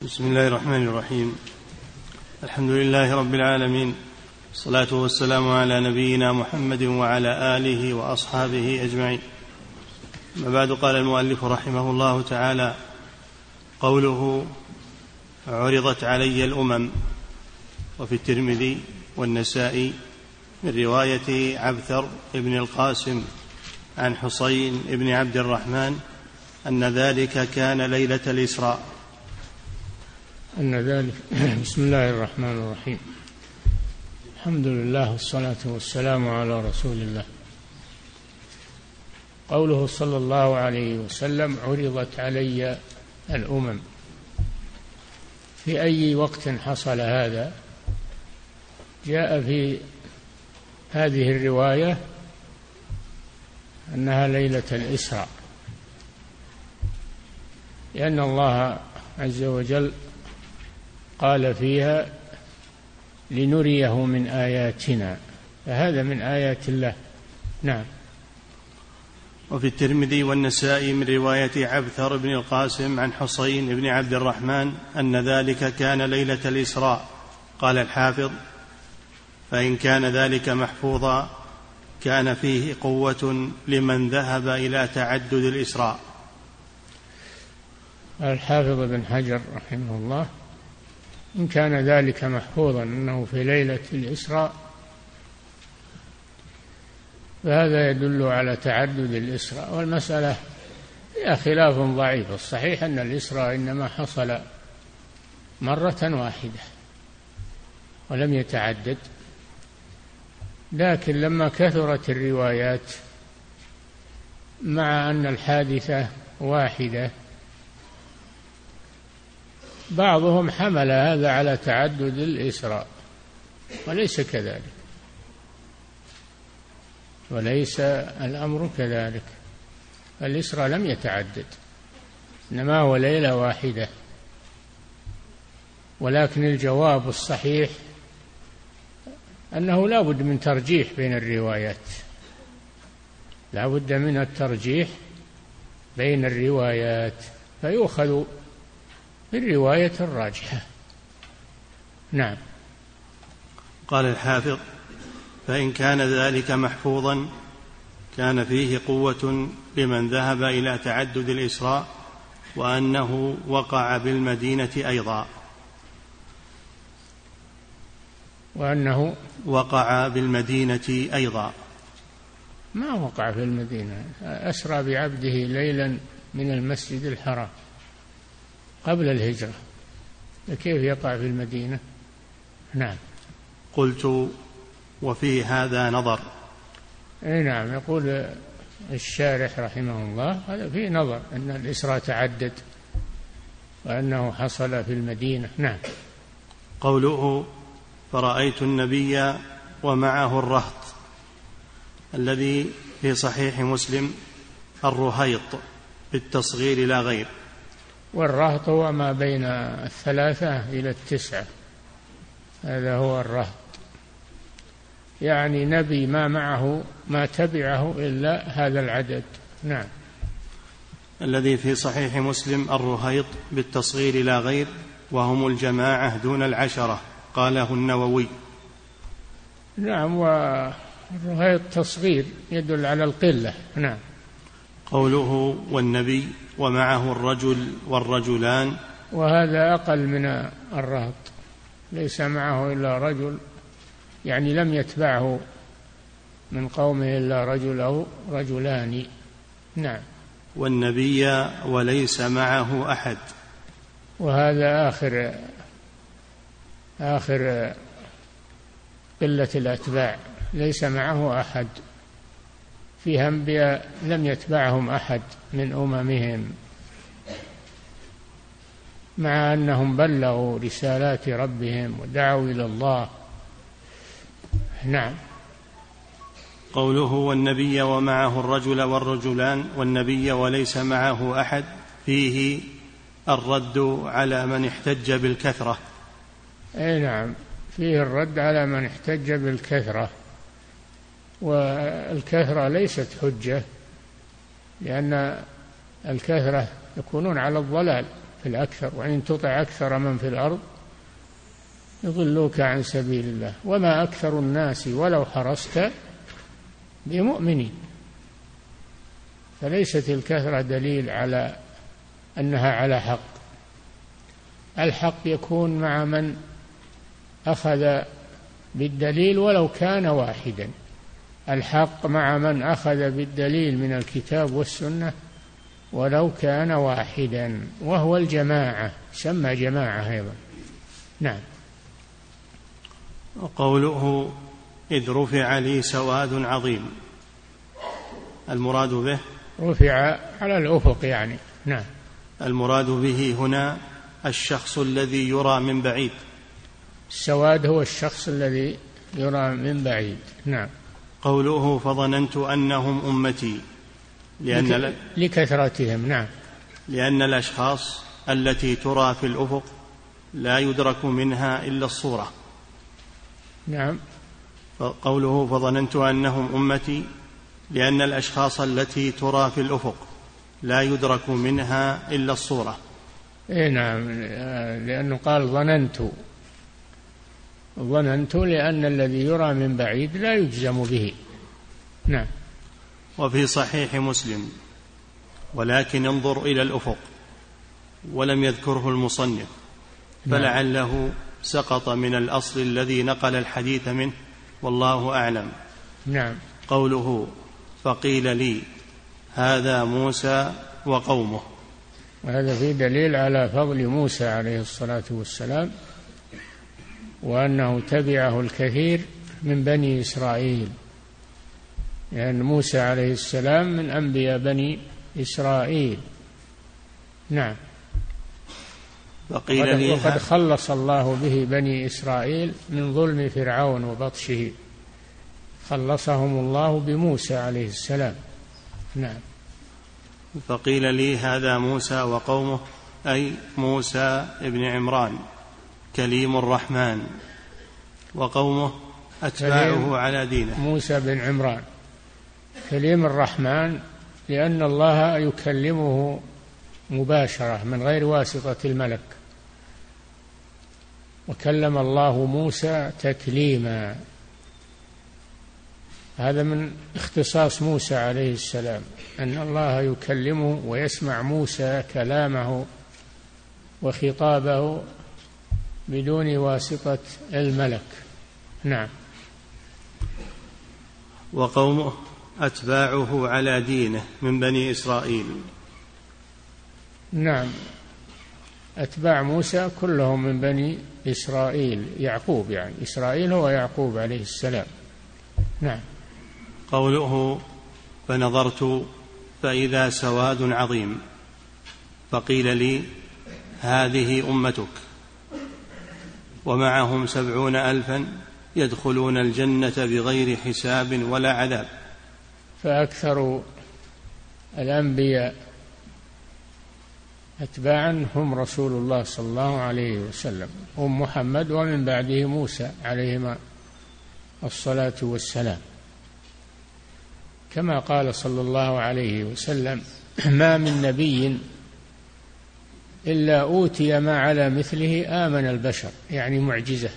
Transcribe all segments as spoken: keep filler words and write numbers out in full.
بسم الله الرحمن الرحيم. الحمد لله رب العالمين، الصلاة والسلام على نبينا محمد وعلى آله وأصحابه أجمعين. ما بعد، قال المؤلف رحمه الله تعالى: قوله عرضت علي الأمم. وفي الترمذي والنسائي من رواية عبثر بن القاسم عن حسين بن عبد الرحمن أن ذلك كان ليلة الإسراء. أن ذلك بسم الله الرحمن الرحيم. الحمد لله والصلاة والسلام على رسول الله. قوله صلى الله عليه وسلم: عرضت علي الأمم. في أي وقت حصل هذا؟ جاء في هذه الرواية أنها ليلة الإسراء، لأن الله عز وجل قال فيها: لنريه من آياتنا، فهذا من آيات الله. نعم. وفي الترمذي والنسائي من رواية عبثر بن القاسم عن حسين بن عبد الرحمن أن ذلك كان ليلة الإسراء. قال الحافظ: فإن كان ذلك محفوظا كان فيه قوة لمن ذهب إلى تعدد الإسراء. الحافظ بن حجر رحمه الله: إن كان ذلك محفوظا أنه في ليلة الإسراء فهذا يدل على تعدد الإسراء، والمسألة فيها خلاف ضعيف. الصحيح أن الإسراء إنما حصل مرة واحدة ولم يتعدد، لكن لما كثرت الروايات مع أن الحادثة واحدة بعضهم حمل هذا على تعدد الإسراء، وليس كذلك، وليس الأمر كذلك. الإسراء لم يتعدد، إنما هو ليلة واحدة. ولكن الجواب الصحيح أنه لا بد من ترجيح بين الروايات، لا بد من الترجيح بين الروايات، فيؤخذ بالرواية الراجحة. نعم. قال الحافظ: فإن كان ذلك محفوظا كان فيه قوة لمن ذهب إلى تعدد الإسراء، وأنه وقع بالمدينة أيضا. وأنه وقع بالمدينة أيضا. ما وقع في المدينة، أسرى بعبده ليلا من المسجد الحرام قبل الهجرة، فكيف يقع في المدينة؟ نعم. قلت: وفي هذا نظر. أي نعم. يقول الشارح رحمه الله: هذا فيه نظر، أن الإسراء تعدد وأنه حصل في المدينة. نعم. قوله: فرأيت النبي ومعه الرهط، الذي في صحيح مسلم الرهيط بالتصغير لا غير. والرهط هو ما بين الثلاثة إلى التسعة، هذا هو الرهط، يعني نبي ما معه ما تبعه إلا هذا العدد. نعم. الذي في صحيح مسلم الرهيط بالتصغير لا غير، وهم الجماعة دون العشرة، قاله النووي. نعم. والرهيط تصغير يدل على القلة. نعم. قوله: والنبي ومعه الرجل والرجلان، وهذا أقل من الرهط، ليس معه إلا رجل، يعني لم يتبعه من قومه إلا رجل أو رجلان. نعم. والنبي وليس معه أحد، وهذا آخر آخر قلة الأتباع، ليس معه أحد. فيها أنبياء لم يتبعهم أحد من أممهم، مع أنهم بلغوا رسالات ربهم ودعوا إلى الله. نعم. قوله: والنبي ومعه الرجل والرجلان، والنبي وليس معه أحد، فيه الرد على من احتج بالكثرة. أي نعم، فيه الرد على من احتج بالكثرة، والكثرة ليست حجة، لأن الكثرة يكونون على الضلال، في الأكثر، وإن تطع أكثر من في الأرض يضلوك عن سبيل الله وما أكثر الناس ولو حرصت بمؤمنين. فليست الكثرة دليل على أنها على حق. الحق يكون مع من أخذ بالدليل ولو كان واحدا. الحق مع من أخذ بالدليل من الكتاب والسنة ولو كان واحدا، وهو الجماعة، سمى جماعة أيضا. نعم. وقوله إذ رفع لي سواد عظيم، المراد به رفع على الأفق يعني. نعم. المراد به هنا الشخص الذي يرى من بعيد. السواد هو الشخص الذي يرى من بعيد. نعم. قوله فظننت أنهم أمتي، لأن لك... لكثرتهم. نعم. لأن الأشخاص التي ترى في الأفق لا يدرك منها إلا الصورة. نعم. قوله فظننت أنهم أمتي لأن الأشخاص التي ترى في الأفق لا يدرك منها إلا الصورة. إيه نعم، لأنه قال ظننت، ظننت لأن الذي يرى من بعيد لا يجزم به. نعم. وفي صحيح مسلم ولكن انظر إلى الأفق، ولم يذكره المصنف، فلعله سقط من الأصل الذي نقل الحديث منه، والله أعلم. نعم. قوله فقيل لي هذا موسى وقومه، وهذا فيه دليل على فضل موسى عليه الصلاة والسلام، وأنه تبعه الكثير من بني إسرائيل، لأن يعني موسى عليه السلام من أنبياء بني إسرائيل. نعم. وقيل لي وقد خلص الله به بني إسرائيل من ظلم فرعون وبطشه، خلصهم الله بموسى عليه السلام. نعم. فقيل لي هذا موسى وقومه، أي موسى ابن عمران كليم الرحمن، وقومه أتباعه على دينه. موسى بن عمران كليم الرحمن لأن الله يكلمه مباشرة من غير واسطة الملك، وكلم الله موسى تكليما. هذا من اختصاص موسى عليه السلام، أن الله يكلمه ويسمع موسى كلامه وخطابه بدون واسطة الملك. نعم. وقومه أتباعه على دينه من بني إسرائيل. نعم. أتباع موسى كلهم من بني إسرائيل، يعقوب يعني، إسرائيل هو يعقوب عليه السلام. نعم. قوله فنظرت فإذا سواد عظيم، فقيل لي هذه أمتك ومعهم سبعون ألفا يدخلون الجنة بغير حساب ولا عذاب. فأكثر الأنبياء أتباعا هم رسول الله صلى الله عليه وسلم، هم محمد ومن بعده موسى عليهما الصلاة والسلام، كما قال صلى الله عليه وسلم ما من نبي إلا أوتي ما على مثله آمن البشر، يعني معجزة.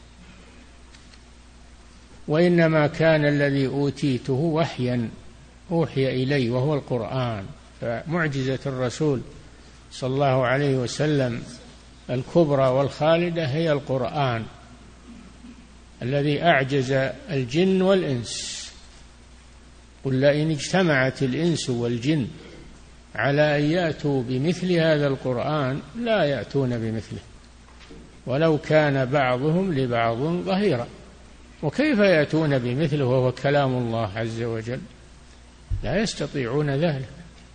وإنما كان الذي أوتيته وحيا أوحي إلي وهو القرآن. فمعجزة الرسول صلى الله عليه وسلم الكبرى والخالدة هي القرآن الذي أعجز الجن والإنس. قل لئن اجتمعت الإنس والجن على أن يأتوا بمثل هذا القرآن لا يأتون بمثله ولو كان بعضهم لبعض ظهيرا. وكيف يأتون بمثله وهو كلام الله عز وجل؟ لا يستطيعون ذلك.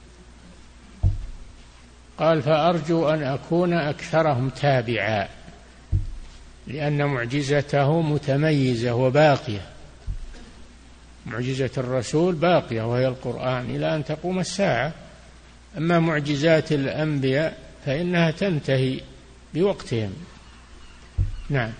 قال فأرجو أن أكون أكثرهم تابعا، لأن معجزته متميزة وباقية. معجزة الرسول باقية وهي القرآن إلى أن تقوم الساعة، أما معجزات الأنبياء فإنها تنتهي بوقتهم. نعم.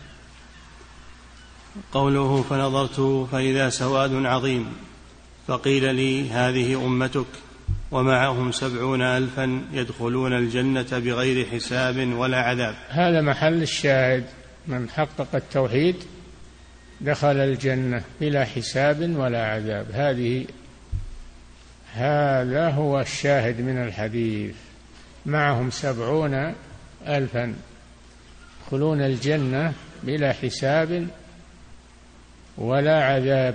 قوله فنظرت فإذا سواد عظيم، فقيل لي هذه أمتك، ومعهم سبعون ألفا يدخلون الجنة بغير حساب ولا عذاب. هذا محل الشاهد، من حقق التوحيد دخل الجنة بلا حساب ولا عذاب. هذه هذا هو الشاهد من الحديث. معهم سبعون ألفا يدخلون الجنة بلا حساب ولا عذاب،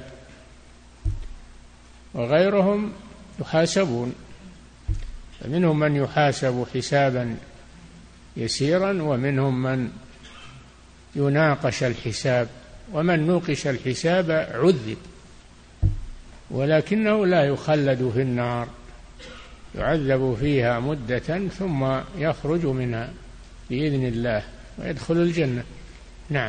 وغيرهم يحاسبون، فمنهم من يحاسب حسابا يسيرا، ومنهم من يناقش الحساب، ومن نوقش الحساب عذب، ولكنه لا يخلد في النار، يعذب فيها مدة ثم يخرج منها بإذن الله ويدخل الجنة. نعم.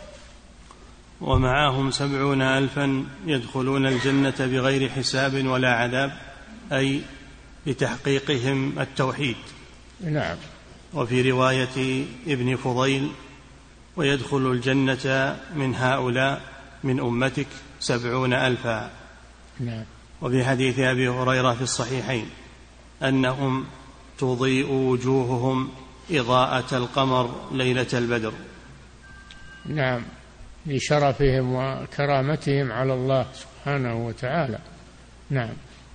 ومعهم سبعون ألفا يدخلون الجنة بغير حساب ولا عذاب، أي بتحقيقهم التوحيد. نعم. وفي رواية ابن فضيل: ويدخل الجنة من هؤلاء من أمتك سبعون ألفا. نعم. وفي حديث أبي هريرة في الصحيحين أنهم تضيء وجوههم إضاءة القمر ليلة البدر. نعم، لشرفهم وكرامتهم على الله سبحانه وتعالى. نعم.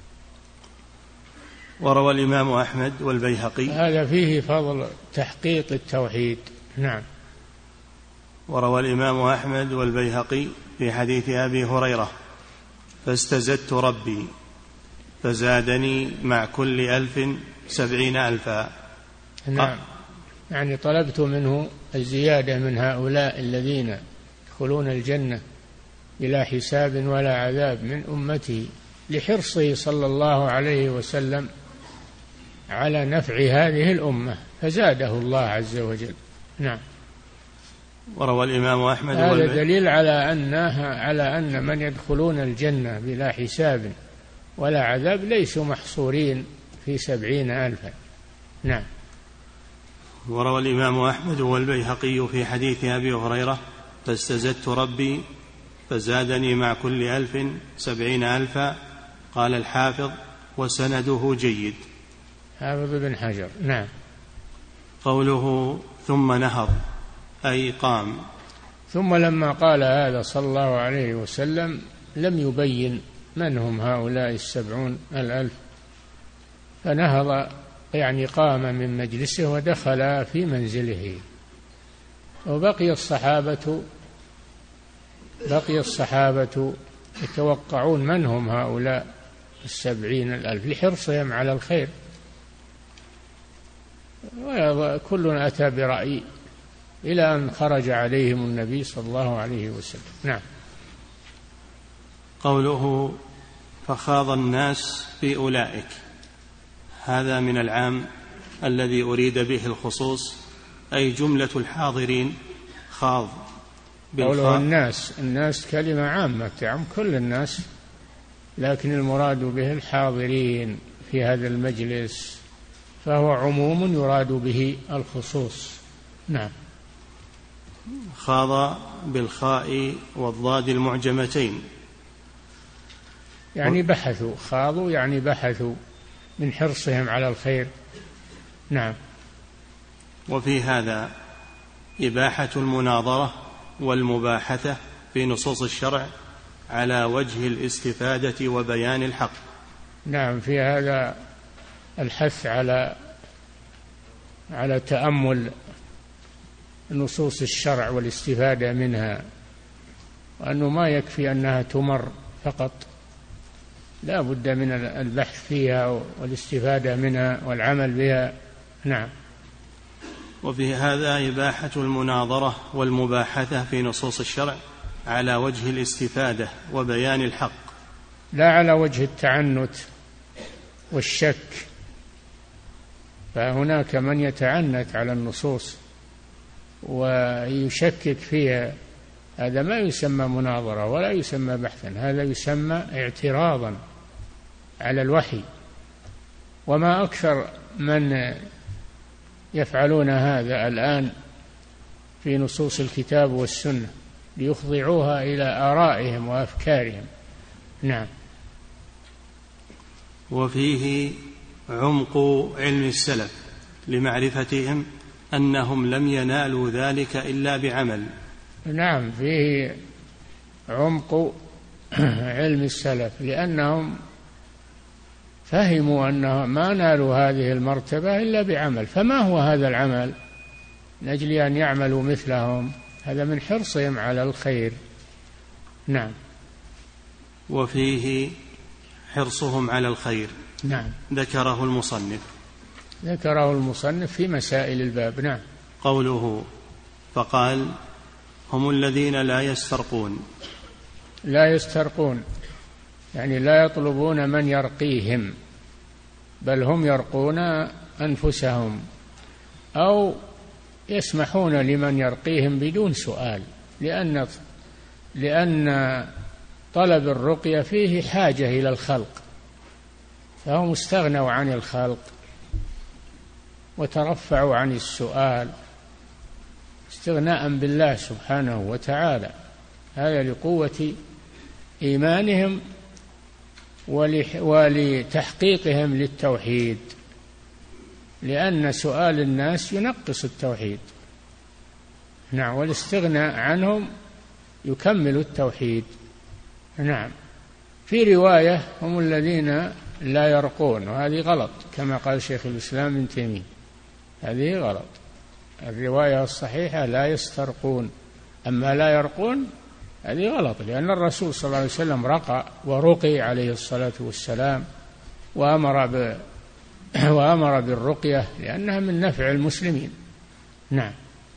وروى الإمام أحمد والبيهقي، هذا فيه فضل تحقيق التوحيد. نعم. وروى الإمام أحمد والبيهقي في حديث أبي هريرة: فاستزدت ربي فزادني مع كل ألف سبعين ألفا. نعم، يعني طلبت منه الزيادة من هؤلاء الذين يدخلون الجنة بلا حساب ولا عذاب من أمته، لحرصه صلى الله عليه وسلم على نفع هذه الأمة، فزاده الله عز وجل. نعم. وروى الإمام أحمد، هذا دليل على أنها على أن من يدخلون الجنة بلا حساب ولا عذاب ليسوا محصورين في سبعين ألفا. نعم. وروى الإمام أحمد والبيهقي في حديث أبي هريرة: فاستزدت ربي فزادني مع كل ألف سبعين ألفا. قال الحافظ: وسنده جيد. حافظ بن حجر. نعم. قوله ثم نهض أي قام. ثم لما قال هذا صلى الله عليه وسلم لم يبين من هم هؤلاء السبعون الألف، فنهض يعني قام من مجلسه ودخل في منزله، وبقي الصحابة بقي الصحابة يتوقعون من هم هؤلاء السبعين الألف لحرصهم على الخير، وكل أتى برأي إلى أن خرج عليهم النبي صلى الله عليه وسلم. نعم. قوله فخاض الناس في أولئك، هذا من العام الذي أريد به الخصوص، أي جملة الحاضرين خاض بالخاء. قوله الناس، الناس كلمة عامة تعم كل الناس، لكن المراد به الحاضرين في هذا المجلس، فهو عموم يراد به الخصوص. نعم. خاض بالخاء والضاد المعجمتين، يعني بحثوا، خاضوا يعني بحثوا من حرصهم على الخير. نعم. وفي هذا إباحة المناظرة والمباحثة في نصوص الشرع على وجه الاستفادة وبيان الحق. نعم، في هذا الحث على على تأمل نصوص الشرع والاستفادة منها، وأنه ما يكفي أنها تمر فقط، لا بد من البحث فيها والاستفادة منها والعمل بها. نعم. وفي هذا إباحة المناظرة والمباحثة في نصوص الشرع على وجه الاستفادة وبيان الحق، لا على وجه التعنت والشك، فهناك من يتعنت على النصوص ويشكك فيها، هذا ما يسمى مناظرة ولا يسمى بحثا، هذا يسمى اعتراضا على الوحي. وما أكثر من يفعلون هذا الآن في نصوص الكتاب والسنة ليخضعوها إلى آرائهم وأفكارهم. نعم. وفيه عمق علم السلف لمعرفتهم أنهم لم ينالوا ذلك إلا بعمل. نعم، فيه عمق علم السلف، لأنهم فهموا أنهم ما نالوا هذه المرتبة إلا بعمل. فما هو هذا العمل؟ من أجل أن يعملوا مثلهم، هذا من حرصهم على الخير. نعم. وفيه حرصهم على الخير. نعم. ذكره المصنف ذكره المصنف في مسائل الباب. نعم. قوله فقال هم الذين لا يسترقون. لا يسترقون يعني لا يطلبون من يرقيهم، بل هم يرقون أنفسهم، أو يسمحون لمن يرقيهم بدون سؤال، لأن لأن طلب الرقية فيه حاجة إلى الخلق، فهم استغنوا عن الخلق وترفعوا عن السؤال استغناء بالله سبحانه وتعالى. هذا لقوة إيمانهم ولتحقيقهم للتوحيد، لأن سؤال الناس ينقص التوحيد. نعم. والاستغناء عنهم يكمل التوحيد. نعم. في رواية هم الذين لا يرقون، وهذه غلط كما قال شيخ الإسلام ابن تيمية، هذه غلط. الرواية الصحيحة لا يسترقون، أما لا يرقون هذه غلط، لأن الرسول صلى الله عليه وسلم رقى ورقي عليه الصلاة والسلام، وأمر ب وأمر بالرقية لأنها من نفع المسلمين. نعم.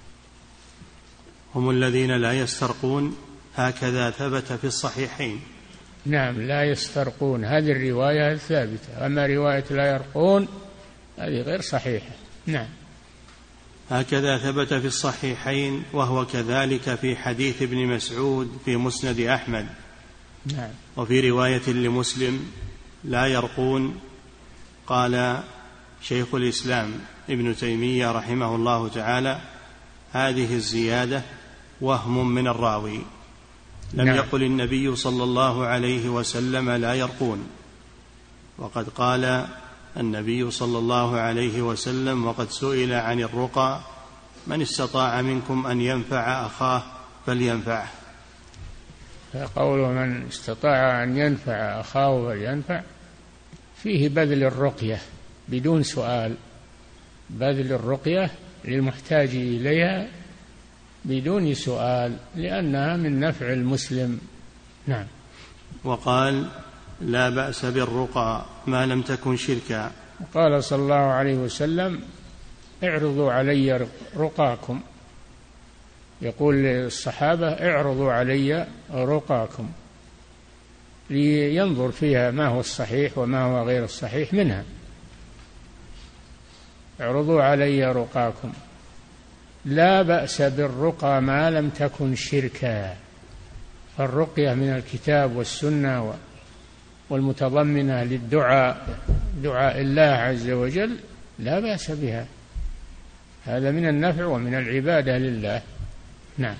هم الذين لا يسترقون، هكذا ثبت في الصحيحين. نعم، لا يسترقون هذه الرواية الثابتة، أما رواية لا يرقون هذه غير صحيحة. نعم. هكذا ثبت في الصحيحين، وهو كذلك في حديث ابن مسعود في مسند أحمد. نعم. وفي رواية لمسلم لا يرقون. قال شيخ الإسلام ابن تيمية رحمه الله تعالى هذه الزيادة وهم من الراوي، لم نعم. يقل النبي صلى الله عليه وسلم لا يرقون، وقد قال النبي صلى الله عليه وسلم وقد سئل عن الرقى من استطاع منكم أن ينفع أخاه فلينفعه. فقوله من استطاع أن ينفع أخاه فلينفع فيه بذل الرقية بدون سؤال، بذل الرقية للمحتاج إليها بدون سؤال، لأنها من نفع المسلم. نعم. وقال لا بأس بالرقى ما لم تكن شركا. قال صلى الله عليه وسلم اعرضوا علي رقاكم، يقول للصحابة اعرضوا علي رقاكم، لينظر فيها ما هو الصحيح وما هو غير الصحيح منها. اعرضوا علي رقاكم، لا بأس بالرقى ما لم تكن شركا. فالرقية من الكتاب والسنة والمتضمنة للدعاء، دعاء الله عز وجل، لا بأس بها، هذا من النفع ومن العبادة لله. نعم.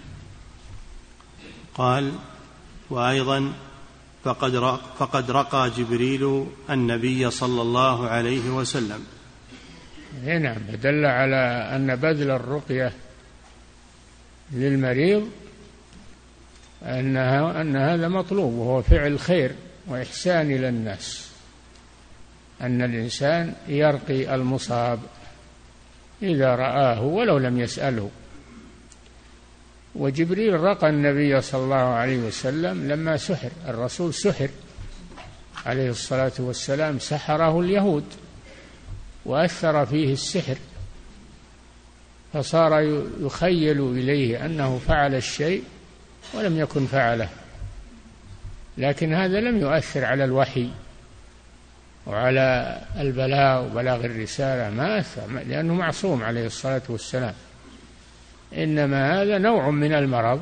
قال وأيضا فقد فقد رقى جبريل النبي صلى الله عليه وسلم. نعم، دل على أن بذل الرقية للمريض أنها أن هذا مطلوب، وهو فعل خير وإحسان إلى الناس، أن الإنسان يرقي المصاب إذا رآه ولو لم يسأله. وجبريل رقى النبي صلى الله عليه وسلم لما سحر، الرسول سحر عليه الصلاة والسلام، سحره اليهود وأثر فيه السحر، فصار يخيل إليه أنه فعل الشيء ولم يكن فعله، لكن هذا لم يؤثر على الوحي وعلى البلاغ وبلاغ الرسالة، ما أثر، لأنه معصوم عليه الصلاة والسلام. إنما هذا نوع من المرض،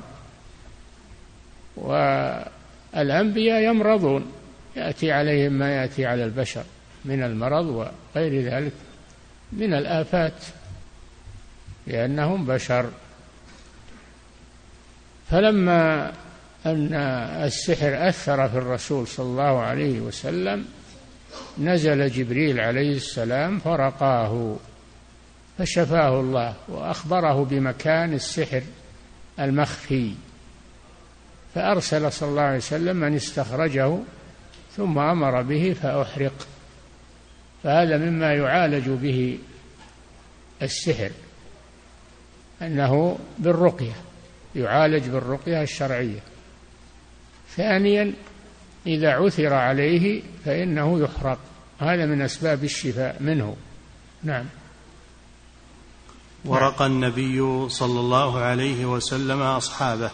والأنبياء يمرضون، يأتي عليهم ما يأتي على البشر من المرض وغير ذلك من الآفات، لأنهم بشر. فلما أن السحر أثر في الرسول صلى الله عليه وسلم نزل جبريل عليه السلام فرقاه فشفاه الله وأخبره بمكان السحر المخفي، فأرسل صلى الله عليه وسلم من استخرجه ثم أمر به فأحرق. فهذا مما يعالج به السحر، أنه بالرقية، يعالج بالرقية الشرعية. ثانيا إذا عثر عليه فإنه يحرق، هذا من أسباب الشفاء منه. نعم. ورقى النبي صلى الله عليه وسلم أصحابه.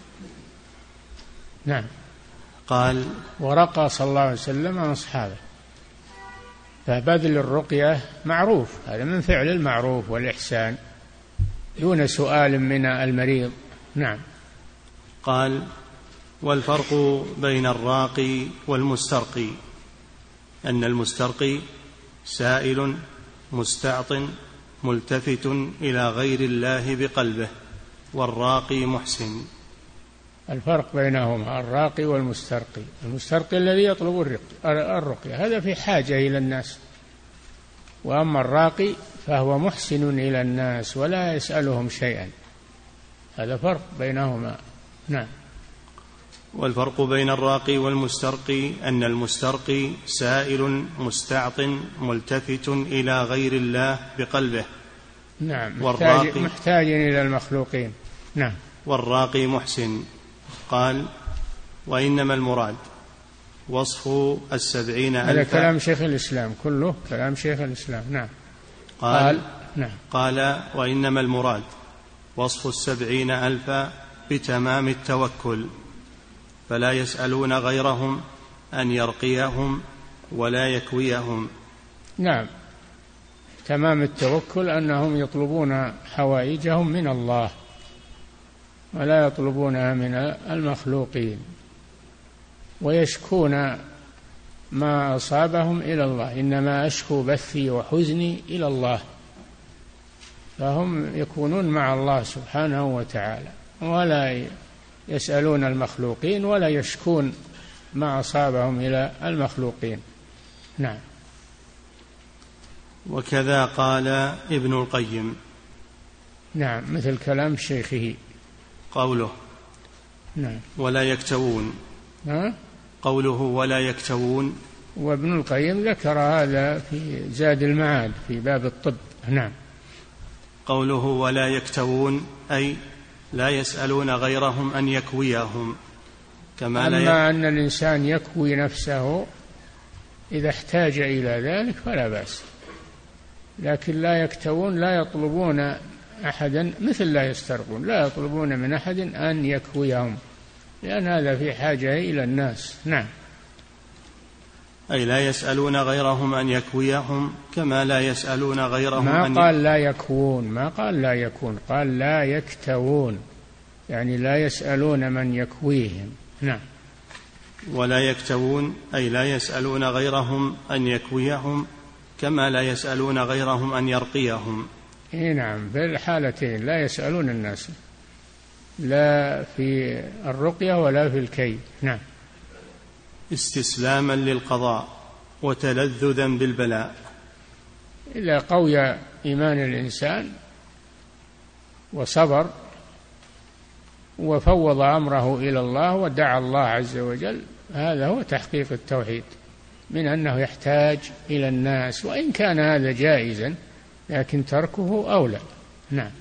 نعم. قال ورقى صلى الله عليه وسلم أصحابه، فبذل الرقية معروف، هذا من فعل المعروف والإحسان دون سؤال من المريض. نعم. قال والفرق بين الراقي والمسترقي أن المسترقي سائل مستعط ملتفت إلى غير الله بقلبه، والراقي محسن. الفرق بينهما الراقي والمسترقي، المسترقي الذي يطلب الرقية هذا في حاجة إلى الناس، وأما الراقي فهو محسن إلى الناس ولا يسألهم شيئا، هذا فرق بينهما. نعم. والفرق بين الراقي والمسترقي أن المسترقي سائل مستعط ملتفت إلى غير الله بقلبه. نعم. محتاج, محتاج إلى المخلوقين. نعم. والراقي محسن. قال وإنما المراد وصف السبعين ألفا. هذا كلام شيخ الإسلام، كله كلام شيخ الإسلام. نعم. قال, قال نعم. قال وإنما المراد وصف السبعين ألفا بتمام التوكل، فلا يسألون غيرهم أن يرقيهم ولا يكويهم. نعم. تمام التوكل أنهم يطلبون حوائجهم من الله ولا يطلبونها من المخلوقين، ويشكون ما أصابهم إلى الله، إنما أشكو بثي وحزني إلى الله، فهم يكونون مع الله سبحانه وتعالى ولا يسألون المخلوقين ولا يشكون ما أصابهم إلى المخلوقين. نعم. وكذا قال ابن القيم. نعم، مثل كلام شيخه قوله نعم ولا يكتوون. ها؟ قوله ولا يكتوون، وابن القيم ذكر هذا في زاد المعاد في باب الطب. نعم. قوله ولا يكتوون أي لا يسألون غيرهم أن يكويهم، كما أما لا أن الإنسان يكوي نفسه إذا احتاج إلى ذلك فلا بأس، لكن لا يكتوون، لا يطلبون أحدا، مثل لا يسترقون، لا يطلبون من أحد أن يكويهم، لأن هذا في حاجة إلى الناس. نعم. أي لا يسألون غيرهم أن يكويهم كما لا يسألون غيرهم ما أن قال لا يكوون، ما قال لا يكون، قال لا يكتوون، يعني لا يسألون من يكويهم. نعم. ولا يكتوون أي لا يسألون غيرهم أن يكويهم كما لا يسألون غيرهم أن يرقيهم. إيه نعم، في الحالتين لا يسألون الناس، لا في الرقية ولا في الكي. نعم. استسلاما للقضاء وتلذذا بالبلاء. إذا قوي إيمان الإنسان وصبر وفوض أمره إلى الله ودعا الله عز وجل، هذا هو تحقيق التوحيد، من أنه يحتاج إلى الناس، وإن كان هذا جائزا لكن تركه أولى. نعم.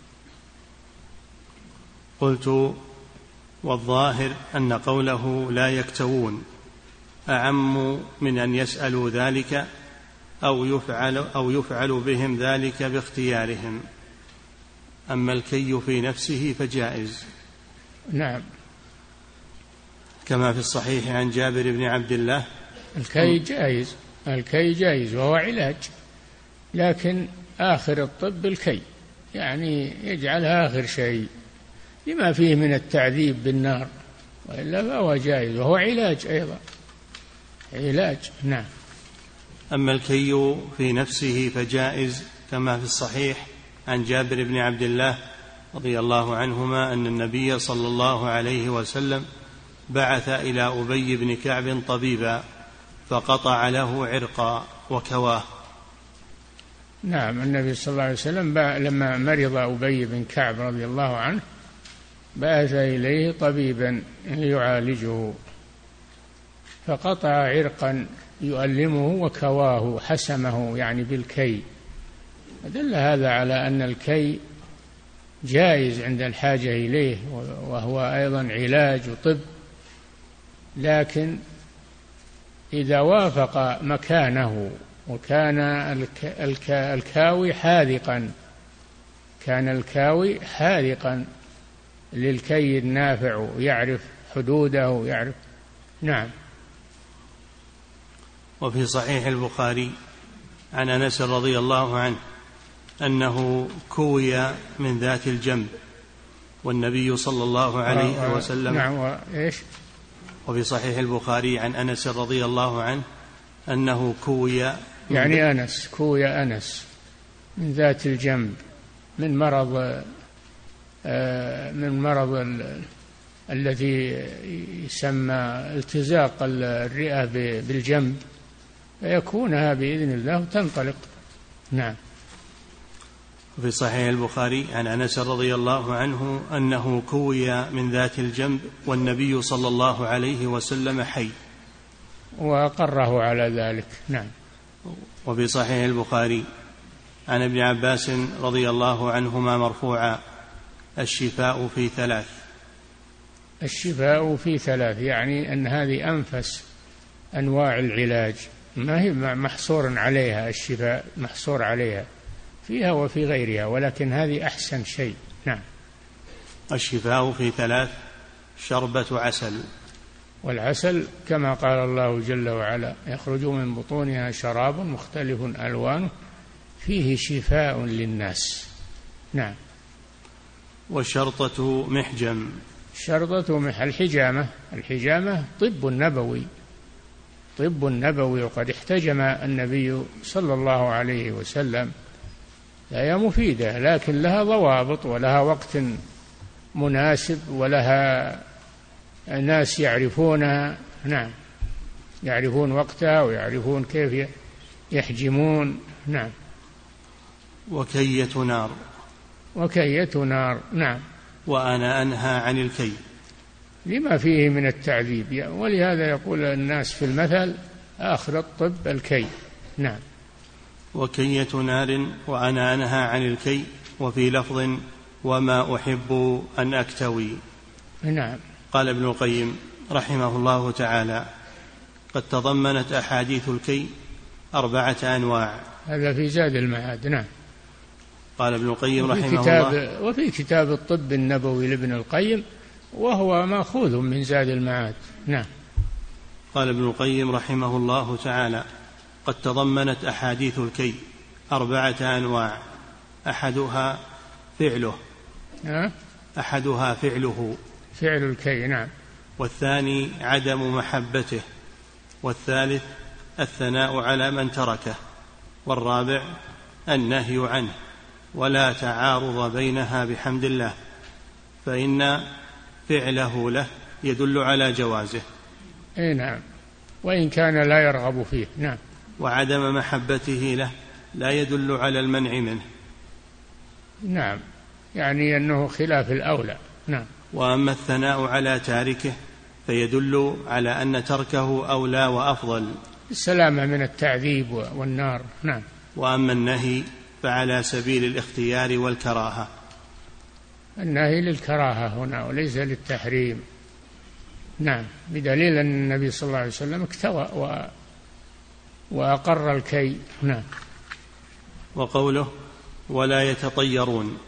قلت والظاهر أن قوله لا يكتوون أعم من أن يسألوا ذلك أو يفعل, أو يفعل بهم ذلك باختيارهم. أما الكي في نفسه فجائز. نعم. كما في الصحيح عن جابر بن عبد الله. الكي جائز، الكي جائز وهو علاج، لكن آخر الطب الكي، يعني يجعلها آخر شيء لما فيه من التعذيب بالنار، وإلا فهو جائز وهو علاج أيضا، علاج. نعم. أما الكي في نفسه فجائز، كما في الصحيح عن جابر بن عبد الله رضي الله عنهما أن النبي صلى الله عليه وسلم بعث إلى أبي بن كعب طبيبا فقطع له عرقا وكواه. نعم، النبي صلى الله عليه وسلم لما مرض أبي بن كعب رضي الله عنه بعث إليه طبيبا ليعالجه، فقطع عرقا يؤلمه وكواه، حسمه يعني بالكي. دل هذا على أن الكي جائز عند الحاجة إليه، وهو أيضا علاج وطب، لكن إذا وافق مكانه وكان الكاوي حاذقا، كان الكاوي حاذقا للكي النافع ويعرف حدوده ويعرف. نعم. وفي صحيح البخاري عن أنس رضي الله عنه أنه كوي من ذات الجنب والنبي صلى الله عليه وسلم. نعم. وإيش؟ وفي صحيح البخاري عن أنس رضي الله عنه أنه كوي، يعني أنس كوي أنس من ذات الجنب من مرض من مرض الذي يسمى التزاق الرئة بالجنب، فيكونها بإذن الله وتنطلق. نعم. في صحيح البخاري عن أنس رضي الله عنه أنه كوي من ذات الجنب والنبي صلى الله عليه وسلم حي، وأقره على ذلك. نعم. وفي صحيح البخاري عن ابن عباس رضي الله عنهما مرفوعا: الشفاء في ثلاث. الشفاء في ثلاث يعني أن هذه أنفس أنواع العلاج، ما هي محصور عليها، الشفاء محصور عليها فيها وفي غيرها، ولكن هذه أحسن شيء. نعم. الشفاء في ثلاث: شربة عسل. والعسل كما قال الله جل وعلا: يخرج من بطونها شراب مختلف ألوانه فيه شفاء للناس. نعم. والشرطة محجم. الشرطة مح الحجامة. الحجامة طب نبوي، طب نبوي، وقد احتجم النبي صلى الله عليه وسلم. هي مفيدة لكن لها ضوابط ولها وقت مناسب ولها ناس يعرفونها. نعم، يعرفون وقتها ويعرفون كيف يحجمون. نعم. وكية نار. وكية نار. نعم. وأنا أنهى عن الكي لما فيه من التعذيب، ولهذا يقول الناس في المثل: آخر الطب الكي. نعم. وكية نار وأنا أنهى عن الكي. وفي لفظ: وما أحب أن أكتوي. نعم. قال ابن القيم رحمه الله تعالى: قد تضمنت أحاديث الكي أربعة أنواع. هذا في زاد المعاد. نعم. قال ابن القيم رحمه كتاب الله: وفي كتاب الطب النبوي لابن القيم، وهو مأخوذ من زاد المعاد. نعم. قال ابن القيم رحمه الله تعالى: قد تضمنت أحاديث الكي أربعة أنواع: أحدها فعله أه؟ أحدها فعله فعل الكي. نعم. والثاني عدم محبته، والثالث الثناء على من تركه، والرابع النهي عنه، ولا تعارض بينها بحمد الله، فإن فعله له يدل على جوازه. أي نعم، وإن كان لا يرغب فيه. نعم. وعدم محبته له لا يدل على المنع منه. نعم، يعني أنه خلاف الأولى. نعم. وأما الثناء على تاركه فيدل على أن تركه أولى وأفضل، السلامة من التعذيب والنار. نعم. وأما النهي فعلى سبيل الاختيار والكراهة. النهي للكراهة هنا وليس للتحريم. نعم، بدليل أن النبي صلى الله عليه وسلم اكتوى و... وأقر الكي. نعم. وقوله: ولا يتطيرون،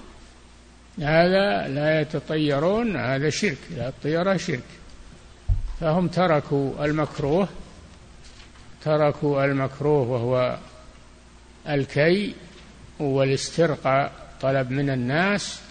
هذا لا يتطيرون، هذا شرك، لا الطيرة شرك، فهم تركوا المكروه، تركوا المكروه وهو الكي والاسترقاء، طلب من الناس،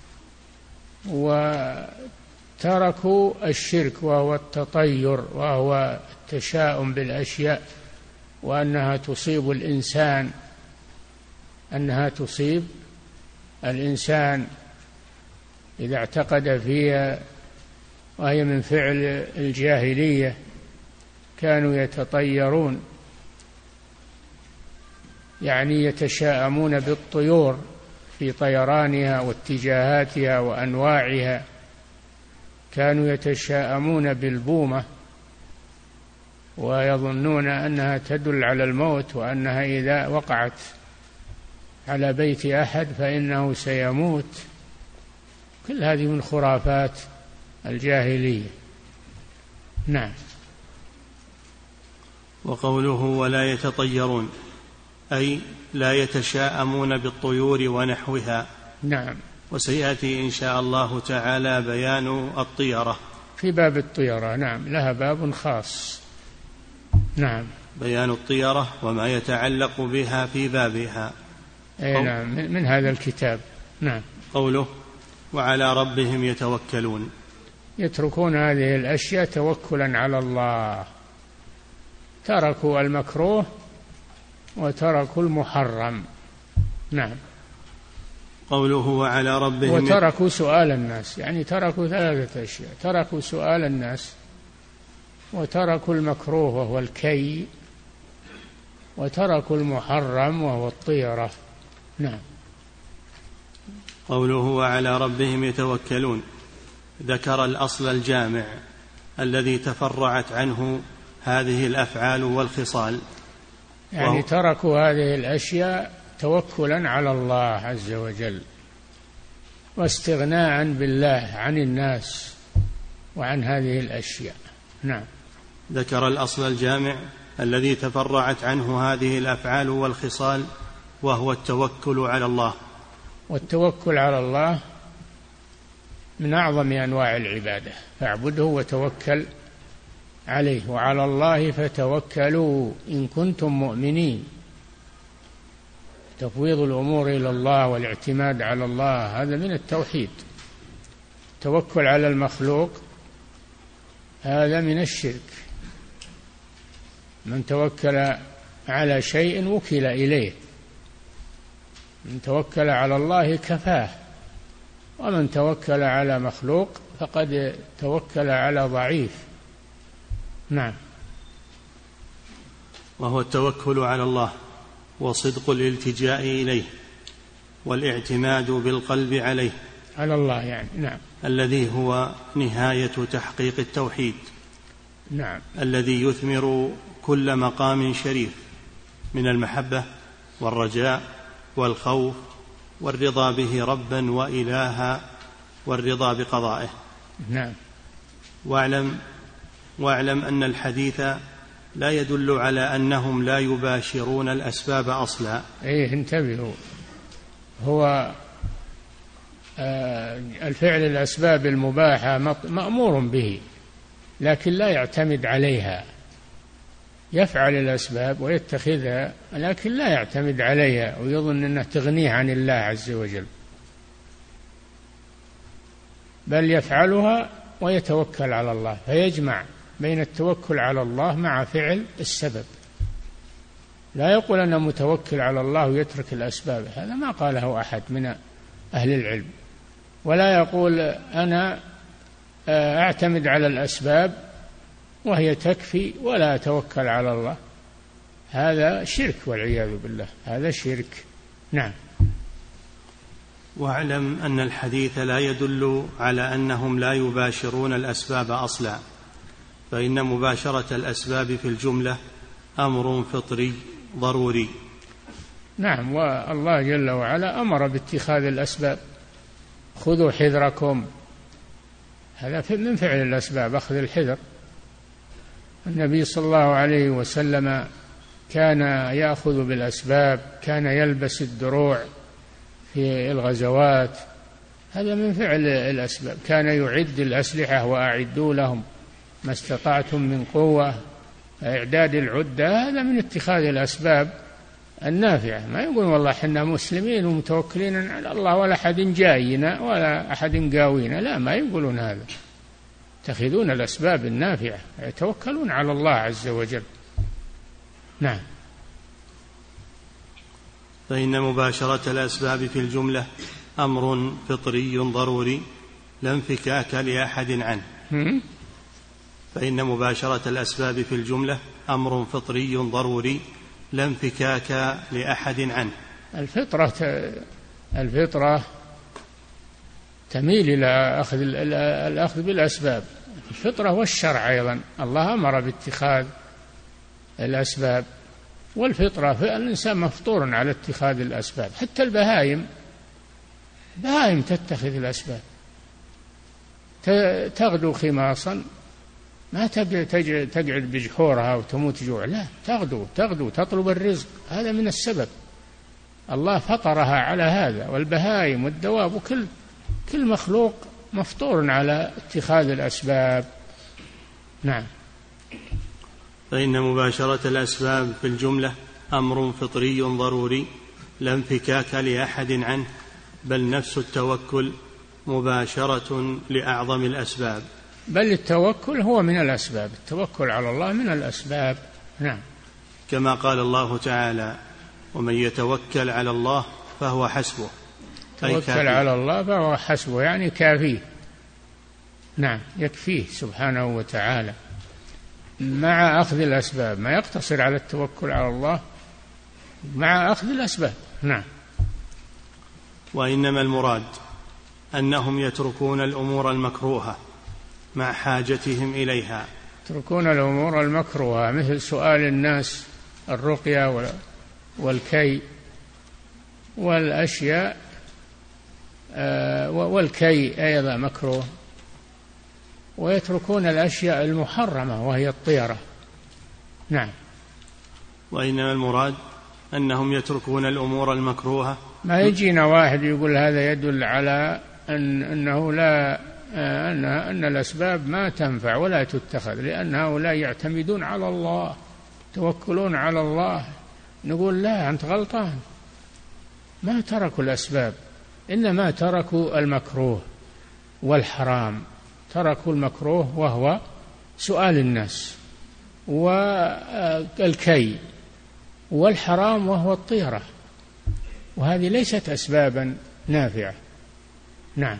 وتركوا الشرك وهو التطير، وهو التشاؤم بالأشياء، وأنها تصيب الإنسان، أنها تصيب الإنسان إذا اعتقد فيها، وهي من فعل الجاهلية كانوا يتطيرون، يعني يتشاءمون بالطيور في طيرانها واتجاهاتها وأنواعها. كانوا يتشاءمون بالبومة ويظنون أنها تدل على الموت، وأنها إذا وقعت على بيت أحد فإنه سيموت. كل هذه من خرافات الجاهلية. نعم. وقوله ولا يتطيرون أي لا يتشاءمون بالطيور ونحوها. نعم. وسيأتي إن شاء الله تعالى بيان الطيرة في باب الطيرة. نعم، لها باب خاص. نعم. بيان الطيرة وما يتعلق بها في بابها. أي نعم، من هذا الكتاب. نعم. قوله وعلى ربهم يتوكلون، يتركون هذه الأشياء توكلا على الله، تركوا المكروه وتركوا المحرم. نعم. قوله وعلى ربهم وتركوا سؤال الناس، يعني تركوا ثلاثة أشياء: تركوا سؤال الناس، وتركوا المكروه وهو الكي، وتركوا المحرم وهو الطيرة. نعم. قوله وعلى ربهم يتوكلون ذكر الأصل الجامع الذي تفرعت عنه هذه الأفعال والخصال، يعني تركوا هذه الأشياء توكلا على الله عز وجل، واستغناء بالله عن الناس وعن هذه الأشياء. نعم. ذكر الأصل الجامع الذي تفرعت عنه هذه الأفعال والخصال، وهو التوكل على الله. والتوكل على الله من أعظم أنواع العبادة، فاعبده وتوكل عليه، وعلى الله فتوكلوا إن كنتم مؤمنين. تفويض الأمور إلى الله والاعتماد على الله هذا من التوحيد. التوكل على المخلوق هذا من الشرك. من توكل على شيء وكل إليه، من توكل على الله كفاه، ومن توكل على مخلوق فقد توكل على ضعيف. نعم. وهو التوكل على الله وصدق الالتجاء إليه والاعتماد بالقلب عليه، على الله يعني. نعم. الذي هو نهاية تحقيق التوحيد. نعم. الذي يثمر كل مقام شريف من المحبة والرجاء والخوف والرضا به ربا وإلها والرضا بقضائه. نعم. واعلم واعلم أن الحديث لا يدل على أنهم لا يباشرون الأسباب أصلا. إيه، انتبهوا. هو آه الفعل الأسباب المباحة مأمور به، لكن لا يعتمد عليها. يفعل الأسباب ويتخذها، لكن لا يعتمد عليها ويظن أنها تغنيه عن الله عز وجل، بل يفعلها ويتوكل على الله، فيجمع بين التوكل على الله مع فعل السبب. لا يقول أنا متوكل على الله ويترك الأسباب، هذا ما قاله أحد من أهل العلم. ولا يقول أنا أعتمد على الأسباب وهي تكفي ولا أتوكل على الله، هذا شرك والعياذ بالله، هذا شرك. نعم. واعلم أن الحديث لا يدل على أنهم لا يباشرون الأسباب أصلا، فإن مباشرة الأسباب في الجملة أمر فطري ضروري. نعم. والله جل وعلا أمر باتخاذ الأسباب: خذوا حذركم، هذا من فعل الأسباب، أخذ الحذر. النبي صلى الله عليه وسلم كان يأخذ بالأسباب، كان يلبس الدروع في الغزوات، هذا من فعل الأسباب. كان يعد الأسلحة وأعدوا لهم ما استطعتم من قوة، إعداد العدة هذا من اتخاذ الأسباب النافعة. ما يقول والله حنا مسلمين ومتوكلين على الله ولا أحد جاينا ولا أحد قاوينا، لا، ما يقولون هذا. يتخذون الأسباب النافعة، يتوكلون على الله عز وجل. نعم. فإن مباشرة الأسباب في الجملة أمر فطري ضروري لا انفكاك لأحد عنه. فإن مباشرة الأسباب في الجملة أمر فطري ضروري لا انفكاك لأحد عنه. الفطرة الفطرة تميل إلى أخذ الأخذ بالأسباب، الفطرة والشرع أيضا، الله أمر باتخاذ الأسباب، والفطرة فالإنسان مفطور على اتخاذ الأسباب. حتى البهائم بهائم تتخذ الأسباب، تغدو خماصا، ما تقعد بجحورها وتموت جوع، لا، تغدو تغدو تطلب الرزق، هذا من السبب، الله فطرها على هذا. والبهائم والدواب وكل كل مخلوق مفطور على اتخاذ الأسباب. نعم. فإن مباشرة الأسباب في الجملة أمر فطري ضروري لا انفكاك لأحد عنه، بل نفس التوكل مباشرة لأعظم الأسباب. بل التوكل هو من الأسباب، التوكل على الله من الأسباب. نعم. كما قال الله تعالى: ومن يتوكل على الله فهو حسبه. توكل على الله فهو حسبه، يعني كافيه. نعم، يكفيه سبحانه وتعالى مع أخذ الأسباب، ما يقتصر على التوكل على الله مع أخذ الأسباب. نعم. وإنما المراد أنهم يتركون الأمور المكروهة مع حاجتهم إليها. يتركون الأمور المكروهة مثل سؤال الناس الرقية والكي والأشياء، والكي أيضا مكروه، ويتركون الأشياء المحرمة وهي الطيرة. نعم. وإنما المراد أنهم يتركون الأمور المكروهة. ما يجينا واحد يقول هذا يدل على أن أنه لا أن أن الأسباب ما تنفع ولا تتخذ، لأن هؤلاء يعتمدون على الله، توكلون على الله. نقول لا، أنت غلطان، ما تركوا الأسباب، إنما تركوا المكروه والحرام. تركوا المكروه وهو سؤال الناس، والكي، والحرام وهو الطيرة، وهذه ليست أسبابا نافعة. نعم.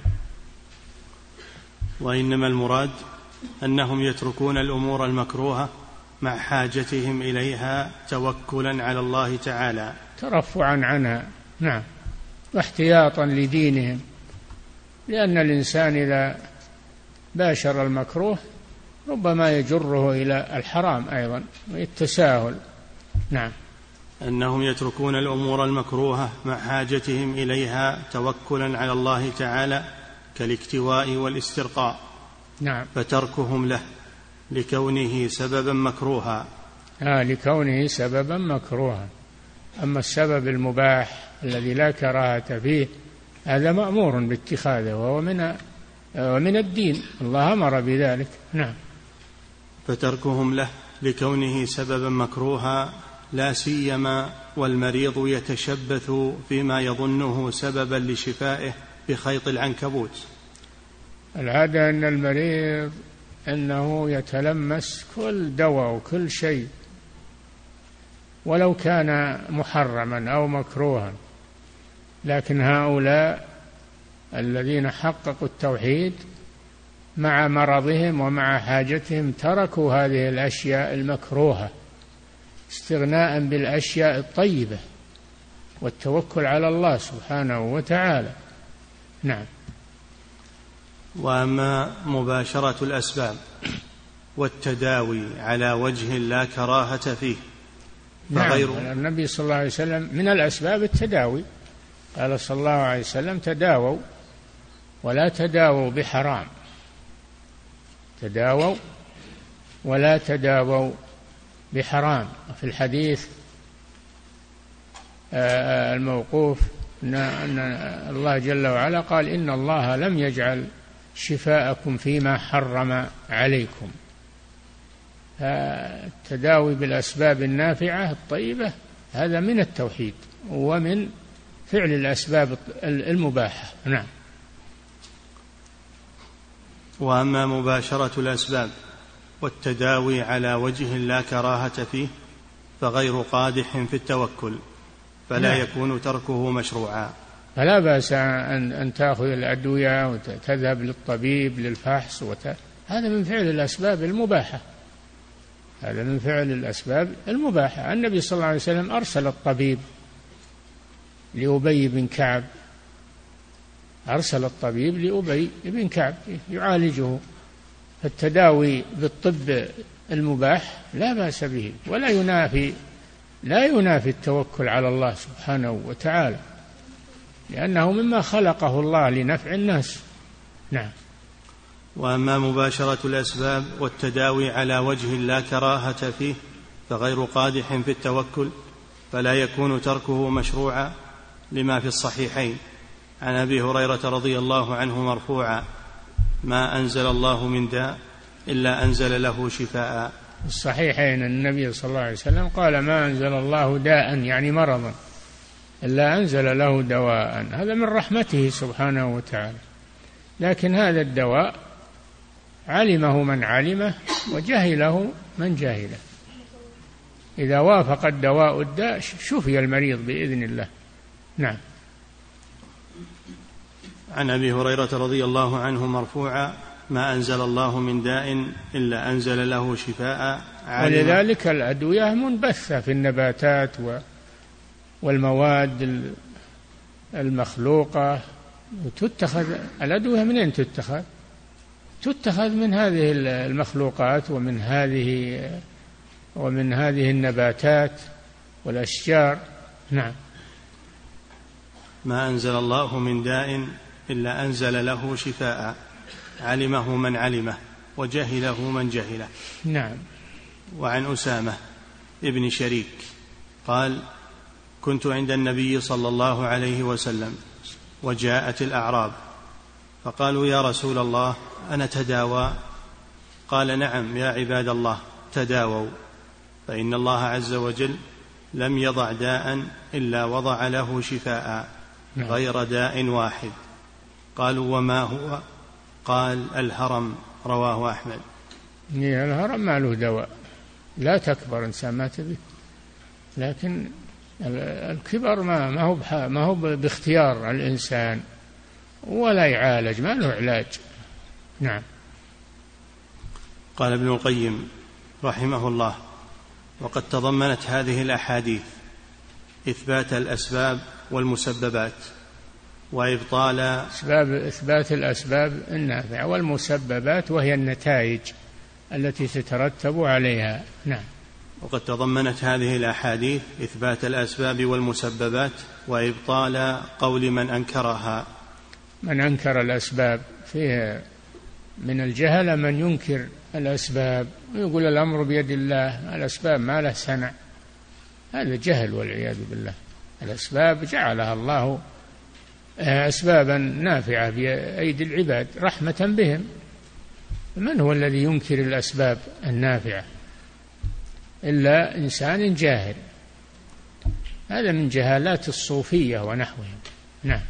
وإنما المراد أنهم يتركون الأمور المكروهة مع حاجتهم إليها توكلا على الله تعالى، ترفعا عنها. نعم. واحتياطا لدينهم، لأن الإنسان إذا باشر المكروه ربما يجره إلى الحرام أيضا والتساهل. نعم. أنهم يتركون الأمور المكروهة مع حاجتهم إليها توكلا على الله تعالى كالاكتواء والاسترقاء. نعم. فتركهم له لكونه سببا مكروها. آه لكونه سببا مكروها. أما السبب المباح الذي لا كراهة فيه هذا مأمور باتخاذه، وهو من ومن الدين، الله أمر بذلك. نعم. فتركهم له لكونه سببا مكروها، لا سيما والمريض يتشبث فيما يظنه سببا لشفائه بخيط العنكبوت. العادة أن المريض أنه يتلمس كل دواء وكل شيء ولو كان محرما أو مكروها، لكن هؤلاء الذين حققوا التوحيد مع مرضهم ومع حاجتهم تركوا هذه الأشياء المكروهة استغناء بالأشياء الطيبة والتوكل على الله سبحانه وتعالى. نعم. وأما مباشرة الأسباب والتداوي على وجه لا كراهة فيه فغير. نعم. النبي صلى الله عليه وسلم من الأسباب التداوي، قال صلى الله عليه وسلم: تداووا ولا تداووا بحرام، تداووا ولا تداووا بحرام. في الحديث الموقوف أن الله جل وعلا قال: إن الله لم يجعل شفاءكم فيما حرم عليكم. فالتداوي بالأسباب النافعة الطيبة هذا من التوحيد ومن فعل الأسباب المباحة. نعم. وأما مباشرة الأسباب والتداوي على وجه لا كراهة فيه فغير قادح في التوكل، فلا نعم. يكون تركه مشروعا. فلا بأس أن, أن تأخذ الأدوية وتذهب للطبيب للفحص وت... هذا من فعل الأسباب المباحة، هذا من فعل الأسباب المباحة. النبي صلى الله عليه وسلم أرسل الطبيب لأبي بن كعب، أرسل الطبيب لأبي بن كعب يعالجه. فالتداوي بالطب المباح لا بأس به، ولا ينافي لا ينافي التوكل على الله سبحانه وتعالى، لأنه مما خلقه الله لنفع الناس. نعم. وأما مباشرة الأسباب والتداوي على وجه لا كراهة فيه فغير قادح في التوكل، فلا يكون تركه مشروعا لما في الصحيحين عن أبي هريرة رضي الله عنه مرفوعا: ما أنزل الله من داء إلا أنزل له شفاء. الصحيحين النبي صلى الله عليه وسلم قال: ما أنزل الله داء يعني مرضا إلا أنزل له دواء. هذا من رحمته سبحانه وتعالى. لكن هذا الدواء علمه من علمه وجهله من جهله. إذا وافق الدواء الداء شفي المريض بإذن الله. نعم. عن أبي هريرة رضي الله عنه مرفوعا: ما أنزل الله من داء إلا أنزل له شفاء. ولذلك الأدوية منبثة في النباتات والمواد المخلوقة تتخذ. الأدوية منين تتخذ؟ تتخذ من هذه المخلوقات ومن هذه ومن هذه النباتات والأشجار. نعم. ما أنزل الله من داء إلا أنزل له شفاء علمه من علمه وجهله من جهله. نعم. وعن أسامة ابن شريك قال: كنت عند النبي صلى الله عليه وسلم وجاءت الأعراب فقالوا: يا رسول الله أنا تداوى؟ قال: نعم يا عباد الله تداووا، فإن الله عز وجل لم يضع داء إلا وضع له شفاء غير داء واحد. قالوا: وما هو؟ قال: الهرم. رواه أحمد. الهرم ما له دواء، لا تكبر إنسان مات به، لكن الكبر ما ما هو ما هو باختيار الإنسان ولا يعالج، ما له علاج. نعم. قال ابن القيم رحمه الله: وقد تضمنت هذه الأحاديث إثبات الأسباب والمسببات وإبطال أسباب إثبات الأسباب النافعة والمسببات، وهي النتائج التي تترتب عليها. نعم. وقد تضمنت هذه الأحاديث إثبات الأسباب والمسببات وإبطال قول من أنكرها. من أنكر الأسباب فيه من الجهل من ينكر الأسباب ويقول الأمر بيد الله، الأسباب ما له صنع، هذا جهل والعياذ بالله. الأسباب جعلها الله أسبابا نافعة بأيدي العباد رحمة بهم. من هو الذي ينكر الأسباب النافعة إلا إنسان جاهل؟ هذا من جهالات الصوفية ونحوهم. نعم.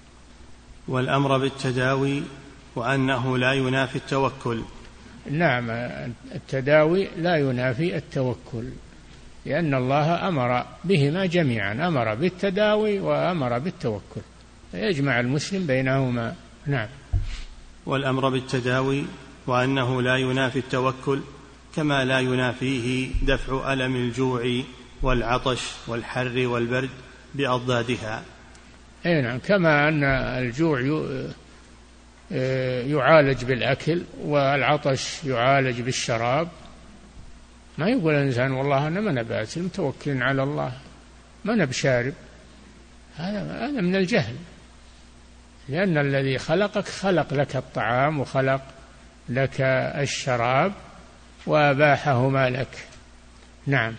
والأمر بالتداوي وأنه لا ينافي التوكل. نعم، التداوي لا ينافي التوكل، لأن الله أمر بهما جميعا، أمر بالتداوي وأمر بالتوكل، يجمع المسلم بينهما. نعم. والأمر بالتداوي وأنه لا ينافي التوكل كما لا ينافيه دفع ألم الجوع والعطش والحر والبرد بأضدادها. أي نعم، كما أن الجوع يعالج بالأكل والعطش يعالج بالشراب. ما يقول الإنسان والله أنا ما نبات متوكل على الله ما نبشارب، هذا هذا من الجهل، لأن الذي خلقك خلق لك الطعام وخلق لك الشراب وأباحهما لك. نعم.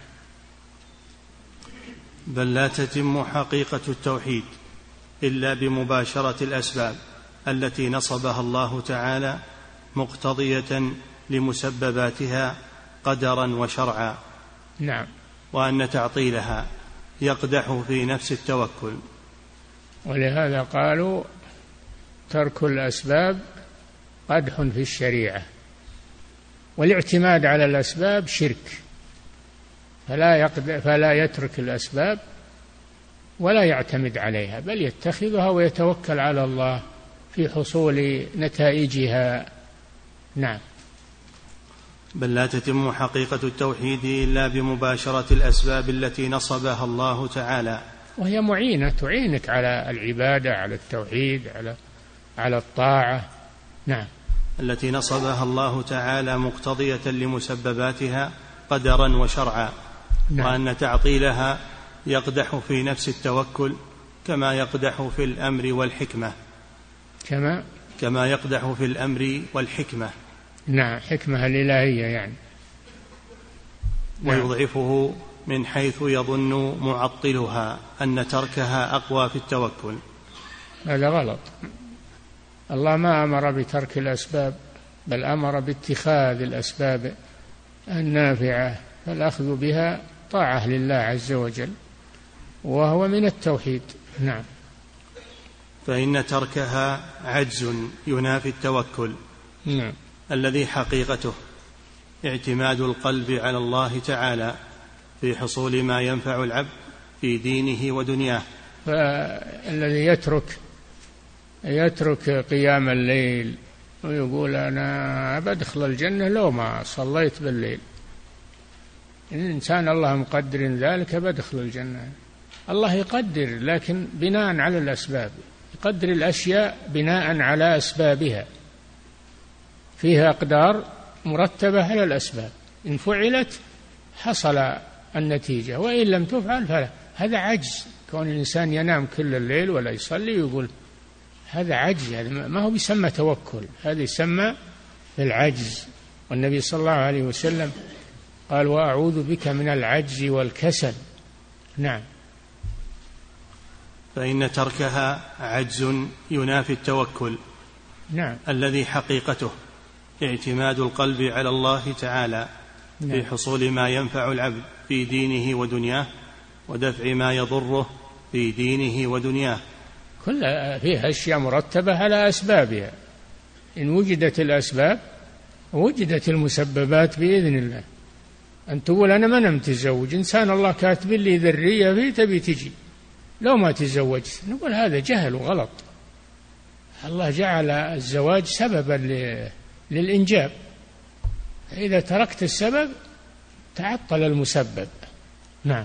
بل لا تتم حقيقة التوحيد إلا بمباشرة الأسباب التي نصبها الله تعالى مقتضية لمسبباتها قدرا وشرعا. نعم. وأن تعطيلها يقدح في نفس التوكل. ولهذا قالوا ترك الأسباب قدح في الشريعة، والاعتماد على الأسباب شرك، فلا يقدر فلا يترك الأسباب ولا يعتمد عليها، بل يتخذها ويتوكل على الله في حصول نتائجها. نعم. بل لا تتم حقيقة التوحيد إلا بمباشرة الأسباب التي نصبها الله تعالى، وهي معينة تعينك على العبادة، على التوحيد، على على الطاعة. نعم. التي نصبها الله تعالى مقتضية لمسبباتها قدرا وشرعا. نعم. وأن تعطيلها يقدح في نفس التوكل كما يقدح في الأمر والحكمة كما كما يقدح في الأمر والحكمة. نعم، حكمة الإلهية يعني. ويضعفه من حيث يظن معطلها أن تركها أقوى في التوكل. هذا غلط. الله ما أمر بترك الأسباب، بل أمر باتخاذ الأسباب النافعة، فالأخذ بها طاعة لله عز وجل، وهو من التوحيد. نعم. فإن تركها عجز ينافي التوكل. نعم. الذي حقيقته اعتماد القلب على الله تعالى في حصول ما ينفع العبد في دينه ودنياه. فالذي يترك يترك قيام الليل ويقول أنا بدخل الجنة لو ما صليت بالليل، إن إنسان الله مقدر ذلك بدخل الجنة. الله يقدر، لكن بناء على الأسباب، يقدر الأشياء بناء على أسبابها، فيها أقدار مرتبة على الأسباب، إن فعلت حصل النتيجة، وإن لم تفعل فلا. هذا عجز، كون الإنسان ينام كل الليل ولا يصلي ويقول هذا عجز، هذا ما هو بيسمى توكل، هذا يسمى العجز. والنبي صلى الله عليه وسلم قال وأعوذ بك من العجز والكسل. نعم. فإن تركها عجز ينافي التوكل. نعم. الذي حقيقته اعتماد القلب على الله تعالى. نعم. في حصول ما ينفع العبد في دينه ودنياه، ودفع ما يضره في دينه ودنياه. كلها فيها أشياء مرتبة على أسبابها، إن وجدت الأسباب وجدت المسببات بإذن الله. أن تقول أنا ما متزوج، إنسان الله كاتب لي ذرية فيه تبي تجي، لو ما تزوجت نقول هذا جهل وغلط. الله جعل الزواج سببا للإنجاب، إذا تركت السبب تعطل المسبب. نعم.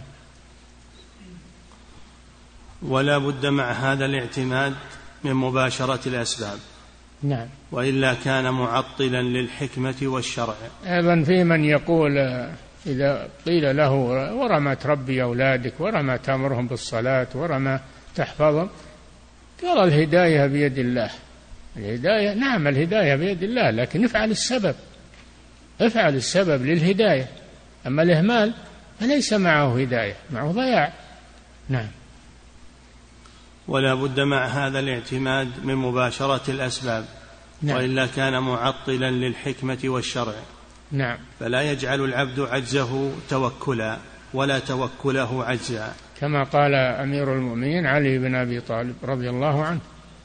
ولا بد مع هذا الاعتماد من مباشرة الأسباب. نعم. وإلا كان معطلا للحكمة والشرع. أيضا في من يقول إذا قيل له ورا ما تربي أولادك، ورا ما تأمرهم بالصلاة، ورا ما تحفظهم، قال الهداية بيد الله. الهداية نعم، الهداية بيد الله، لكن افعل السبب، افعل السبب للهداية. أما الإهمال فليس معه هداية، معه ضياع. نعم. ولا بد مع هذا الاعتماد من مباشرة الأسباب. نعم. وإلا كان معطلا للحكمة والشرع. نعم. فلا يجعل العبد عجزه توكلا ولا توكله عجزا، كما قال أمير المؤمنين علي بن أبي طالب رضي الله عنه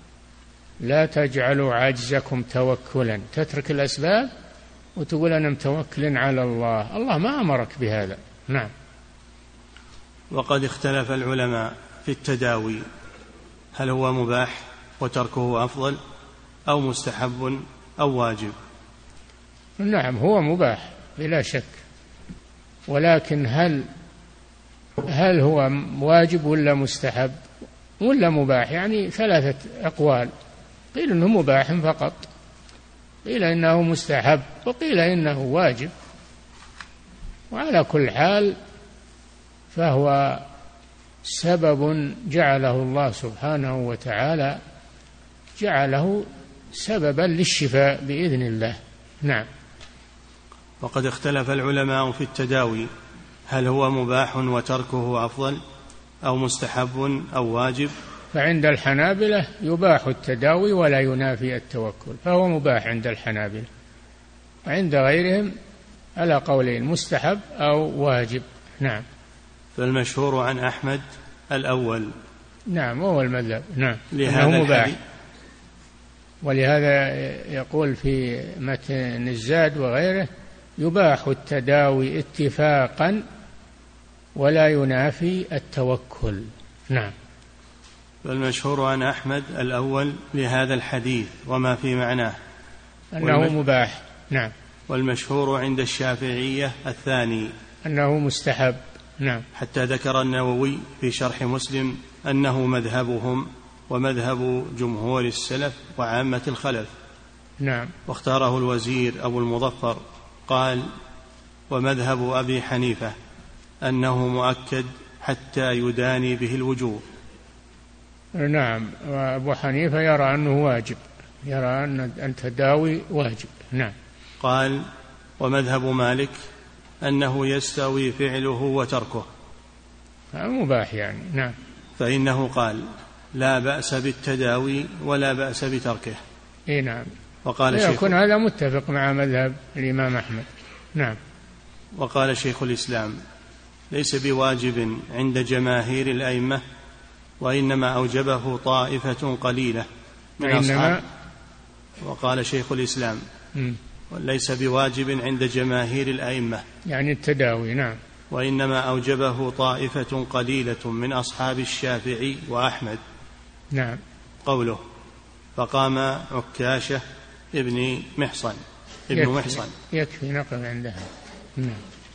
لا تجعلوا عجزكم توكلا، تترك الأسباب وتقول أنا متوكل على الله، الله ما أمرك بهذا. نعم. وقد اختلف العلماء في التداوي، هل هو مباح وتركه أفضل أو مستحب أو واجب؟ نعم، هو مباح بلا شك، ولكن هل هل هو واجب ولا مستحب ولا مباح؟ يعني ثلاثة أقوال، قيل إنه مباح فقط، قيل إنه مستحب، وقيل إنه واجب. وعلى كل حال فهو سبب جعله الله سبحانه وتعالى، جعله سببا للشفاء بإذن الله. نعم. وقد اختلف العلماء في التداوي، هل هو مباح وتركه أفضل أو مستحب أو واجب؟ فعند الحنابلة يباح التداوي ولا ينافي التوكل، فهو مباح عند الحنابلة، وعند غيرهم على قولين، مستحب أو واجب. نعم. فالمشهور عن أحمد الأول. نعم، وهو المذهب. نعم، لهذا مباح. ولهذا يقول في متن الزاد وغيره يباح التداوي اتفاقا ولا ينافي التوكل. نعم. فالمشهور عن أحمد الأول لهذا الحديث وما في معناه أنه والم... مباح. نعم. والمشهور عند الشافعية الثاني أنه مستحب. نعم. حتى ذكر النووي في شرح مسلم أنه مذهبهم ومذهب جمهور السلف وعامة الخلف. نعم. واختاره الوزير أبو المظفر قال: ومذهب أبي حنيفة أنه مؤكد حتى يداني به الوجوب. نعم. وأبو حنيفة يرى أنه واجب، يرى أن التداوي واجب. نعم. قال: ومذهب مالك أنه يستوي فعله وتركه، مباح يعني. نعم. فإنه قال: لا بأس بالتداوي ولا بأس بتركه. إيه نعم. وقال يكون هذا متفق مع مذهب الإمام أحمد. نعم. وقال شيخ الإسلام: ليس بواجب عند جماهير الأئمة، وإنما أوجبه طائفة قليلة من أصحاب. وقال شيخ الإسلام: م. ليس بواجب عند جماهير الأئمة، يعني التداوي. نعم. وإنما أوجبه طائفة قليلة من أصحاب الشافعي وأحمد. نعم. قوله: فقام عكاشة ابن محصن ابن يكفي محصن يكفي نقل عندها. نعم.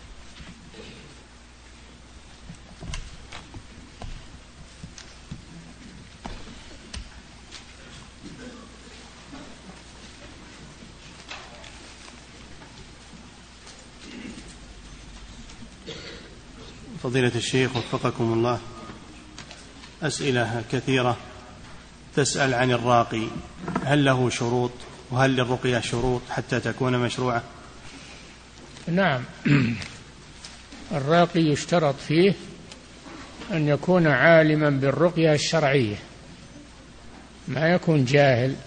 فضيلة الشيخ وفقكم الله، أسئلة كثيرة تسأل عن الراقي، هل له شروط؟ وهل للرقية شروط حتى تكون مشروعة؟ نعم. الراقي يشترط فيه أن يكون عالما بالرقية الشرعية، ما يكون جاهل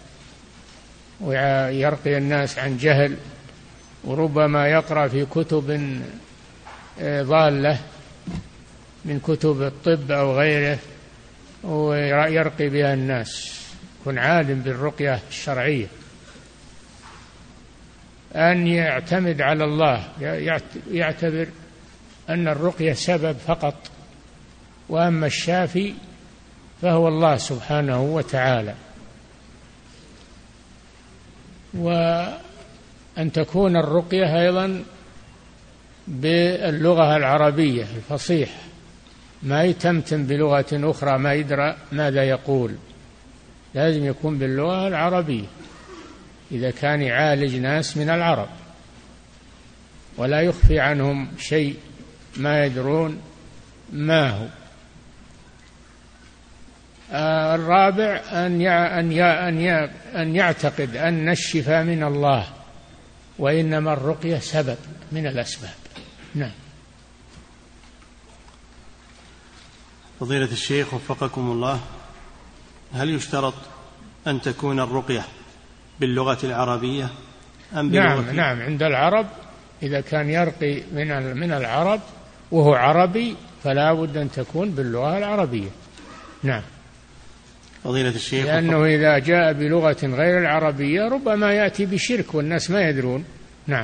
ويرقي الناس عن جهل، وربما يقرأ في كتب ضالة من كتب الطب أو غيره ويرقي بها الناس. يكون عالم بالرقية الشرعية، أن يعتمد على الله، يعتبر أن الرقية سبب فقط، وأما الشافي فهو الله سبحانه وتعالى. وأن تكون الرقية أيضا باللغة العربية الفصيحة، ما يتمتم بلغة أخرى ما يدرى ماذا يقول، لازم يكون باللغة العربية إذا كان يعالج ناس من العرب، ولا يخفي عنهم شيء ما يدرون ما هو. آه الرابع أن أن أن يعتقد أن الشفاء من الله، وإنما الرقية سبب من الأسباب. نعم. فضيلة الشيخ وفقكم الله، هل يشترط أن تكون الرقية باللغة العربية أم باللغة؟ نعم نعم، عند العرب إذا كان يرقي من من العرب وهو عربي فلا بد أن تكون باللغة العربية. نعم. فضيلة الشيخ، لأنه إذا جاء بلغة غير العربية ربما يأتي بشرك والناس ما يدرون. نعم.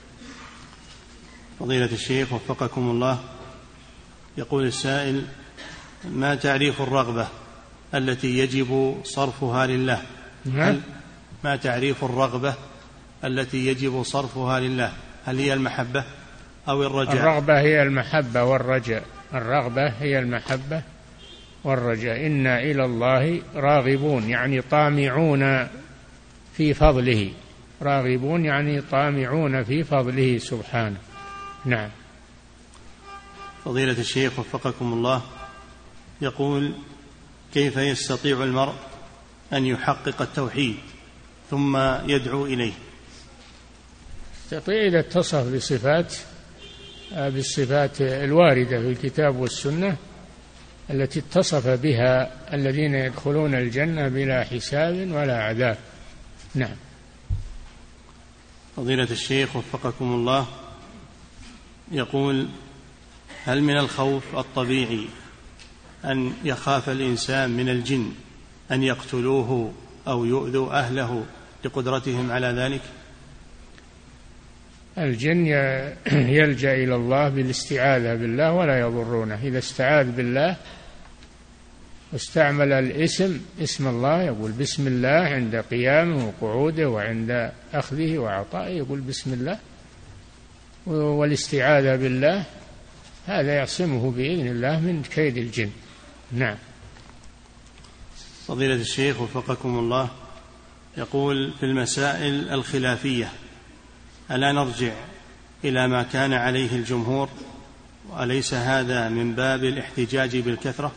فضيلة الشيخ وفقكم الله، يقول السائل: ما تعريف الرغبة التي يجب صرفها لله؟ نعم. ما تعريف الرغبة التي يجب صرفها لله؟ هل هي المحبة أو الرجاء؟ الرغبة هي المحبة والرجاء. الرغبة هي المحبة والرجاء. إنا إلى الله راغبون، يعني طامعون في فضله. راغبون يعني طامعون في فضله سبحانه. نعم. فضيلة الشيخ وفقكم الله، يقول: كيف يستطيع المرء أن يحقق التوحيد ثم يدعو إليه؟ يستطيع إذا اتصف بصفات بالصفات الواردة في الكتاب والسنة التي اتصف بها الذين يدخلون الجنة بلا حساب ولا عذاب. نعم. فضيلة الشيخ وفقكم الله، يقول: هل من الخوف الطبيعي أن يخاف الإنسان من الجن أن يقتلوه أو يؤذوا أهله لقدرتهم على ذلك؟ الجن يلجأ إلى الله بالاستعاذة بالله ولا يضرونه. إذا استعاذ بالله واستعمل الاسم اسم الله، يقول بسم الله عند قيامه وقعوده وعند أخذه وعطائه، يقول بسم الله والاستعاذة بالله، هذا يعصمه بإذن الله من كيد الجن. نعم. فضيلة الشيخ وفقكم الله، يقول في المسائل الخلافية ألا نرجع إلى ما كان عليه الجمهور، وأليس هذا من باب الاحتجاج بالكثرة؟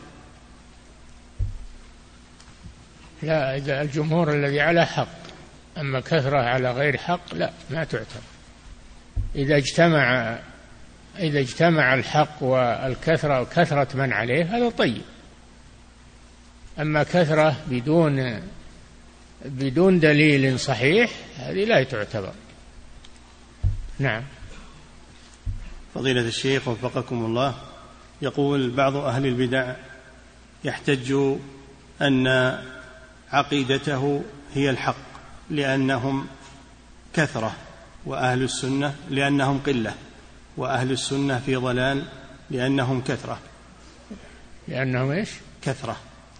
لا، إذا الجمهور الذي على حق، أما كثرة على غير حق لا، ما تعتبر. إذا اجتمع إذا اجتمع الحق والكثرة وكثرة من عليه هذا طيب، أما كثرة بدون بدون دليل صحيح هذه لا تعتبر. نعم. فضيلة الشيخ وفقكم الله، يقول بعض أهل البدع يحتج أن عقيدته هي الحق لأنهم كثرة، وأهل السنة لأنهم قلة، وأهل السنة في ضلال لأنهم كثرة. لأنهم إيش؟ كثرة.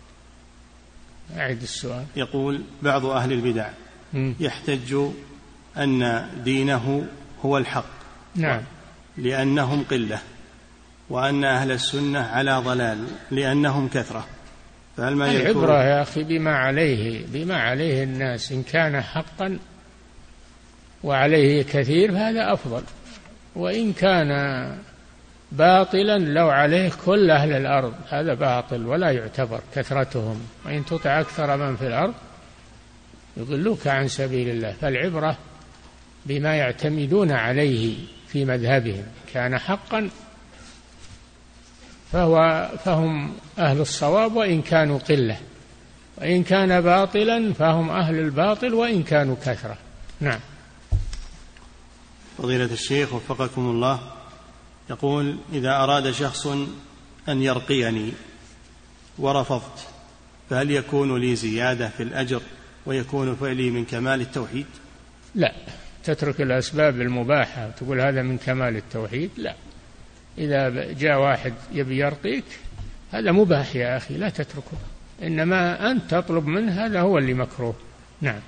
أعد السؤال. يقول بعض أهل البدع م. يحتج أن دينه هو الحق، نعم، لأنهم قلة، وأن أهل السنة على ضلال لأنهم كثرة. فهل ما العبرة يا أخي بما عليه بما عليه الناس، إن كان حقا وعليه كثير فهذا أفضل، وإن كان باطلا لو عليه كل أهل الأرض هذا باطل ولا يعتبر كثرتهم، وإن تطع أكثر من في الأرض يضلوك عن سبيل الله. فالعبرة بما يعتمدون عليه في مذهبهم، كان حقا فهو فهم أهل الصواب وإن كانوا قلة، وإن كان باطلا فهم أهل الباطل وإن كانوا كثرة. نعم. فضيلة الشيخ وفقكم الله، يقول إذا أراد شخص أن يرقيني ورفضت، فهل يكون لي زيادة في الأجر ويكون فعلي من كمال التوحيد؟ لا، تترك الأسباب المباحة وتقول هذا من كمال التوحيد، لا. إذا جاء واحد يبي يرقيك هذا مباح يا أخي، لا تتركه، إنما أنت تطلب منه، هذا هو اللي مكروه. نعم.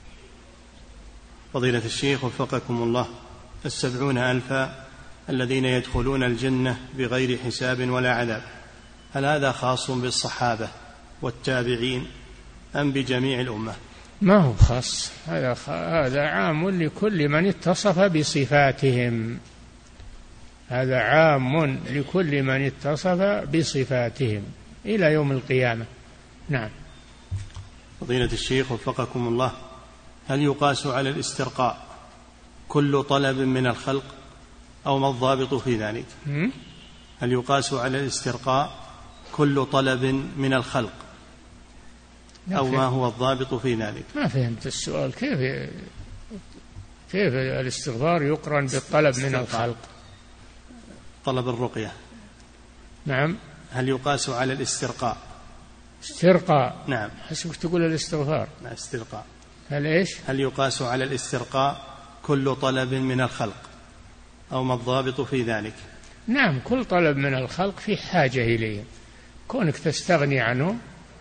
فضيلة الشيخ وفقكم الله، السبعون ألفا الذين يدخلون الجنة بغير حساب ولا عذاب، هل هذا خاص بالصحابة والتابعين أم بجميع الأمة؟ ما هو خاص، هذا هذا عام لكل من اتصف بصفاتهم، هذا عام لكل من اتصف بصفاتهم إلى يوم القيامة. نعم. فضيلة الشيخ وفقكم الله، هل يقاس على الاسترقاء كل طلب من الخلق أو ما الضابط في ذلك؟ هل يقاس على الاسترقاء كل طلب من الخلق أو ما هو الضابط في ذلك؟ ما فهمت السؤال. كيف كيف الاستغفار يقرن بالطلب من الخلق؟ طلب الرقية. نعم. هل يقاس على الاسترقاء؟ استرقاء. نعم. حسبك تقول الاستغفار. لا، استرقاء. هل إيش؟ هل يقاس على الاسترقاء كل طلب من الخلق أو ما الضابط في ذلك؟ نعم، كل طلب من الخلق في حاجة إليه، كونك تستغني عنه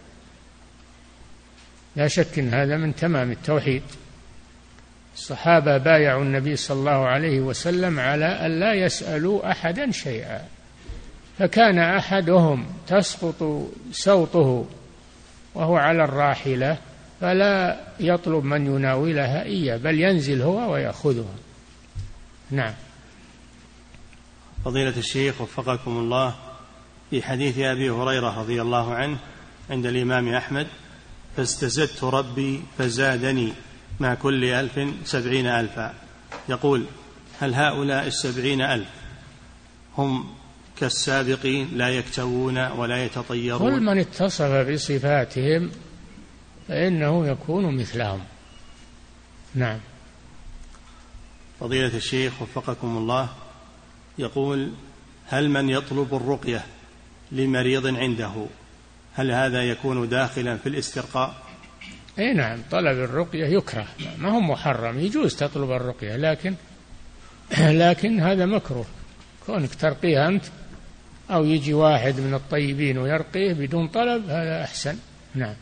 لا شك إن هذا من تمام التوحيد. الصحابة بايعوا النبي صلى الله عليه وسلم على أن لا يسألوا أحدا شيئا، فكان أحدهم تسقط سوطه وهو على الراحلة فلا يطلب من يناولها إياه، بل ينزل هو ويأخذها. نعم. فضيلة الشيخ وفقكم الله، في حديث أبي هريرة رضي الله عنه عند الإمام أحمد: فاستزدت ربي فزادني مع كل ألف سبعين ألفا، يقول: هل هؤلاء السبعين ألف هم كالسابقين لا يكتوون ولا يتطيرون؟ كل من اتصف بصفاتهم فإنه يكون مثلهم. نعم. فضيلة الشيخ وفقكم الله، يقول: هل من يطلب الرقية لمريض عنده هل هذا يكون داخلا في الاسترقاء؟ اي نعم، طلب الرقية يكره، ما هو محرم، يجوز تطلب الرقية، لكن لكن هذا مكروه، كونك ترقيه أنت أو يجي واحد من الطيبين ويرقيه بدون طلب هذا أحسن. نعم.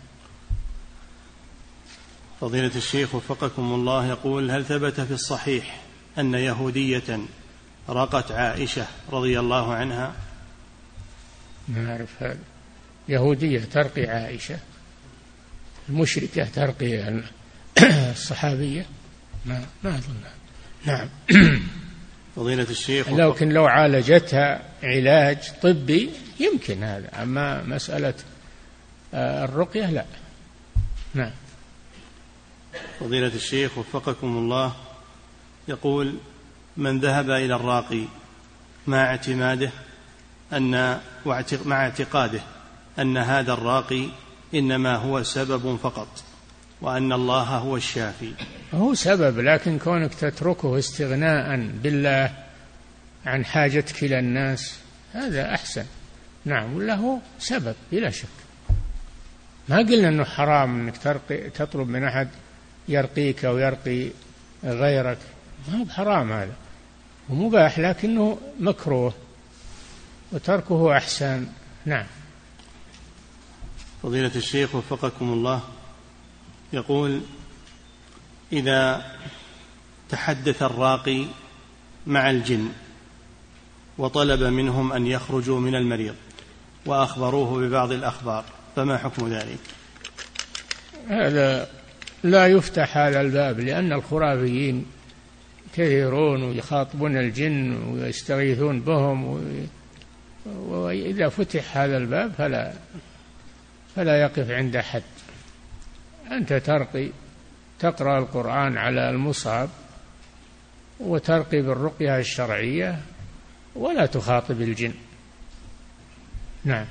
فضيلة الشيخ وفقكم الله، يقول: هل ثبت في الصحيح أن يهودية رقت عائشة رضي الله عنها؟ ما أعرف هذا. يهودية ترقي عائشة، المشركة ترقي الصحابية، ما ما أظن. نعم. فضيلة الشيخ، لكن لو عالجتها علاج طبي يمكن هذا، أما مسألة الرقية لا. نعم. فضيلة الشيخ وفقكم الله، يقول: من ذهب إلى الراقي مع اعتماده أن مع اعتقاده أن هذا الراقي إنما هو سبب فقط وأن الله هو الشافي. هو سبب، لكن كونك تتركه استغناء بالله عن حاجتك إلى الناس هذا أحسن. نعم، ولا هو سبب بلا شك. ما قلنا أنه حرام أنك ترقي تطلب من أحد يرقيك أو يرقي غيرك، ما هو حرام هذا، ومباح، لكنه مكروه وتركه أحسن. نعم. فضيلة الشيخ وفقكم الله، يقول: إذا تحدث الراقي مع الجن وطلب منهم أن يخرجوا من المريض وأخبروه ببعض الأخبار، فما حكم ذلك؟ هذا لا يفتح هذا الباب، لأن الخرافيين كثيرون ويخاطبون الجن ويستغيثون بهم، وإذا فتح هذا الباب فلا فلا يقف عند حد. أنت ترقي، تقرأ القرآن على المصحف وترقي بالرقية الشرعية ولا تخاطب الجن. نعم.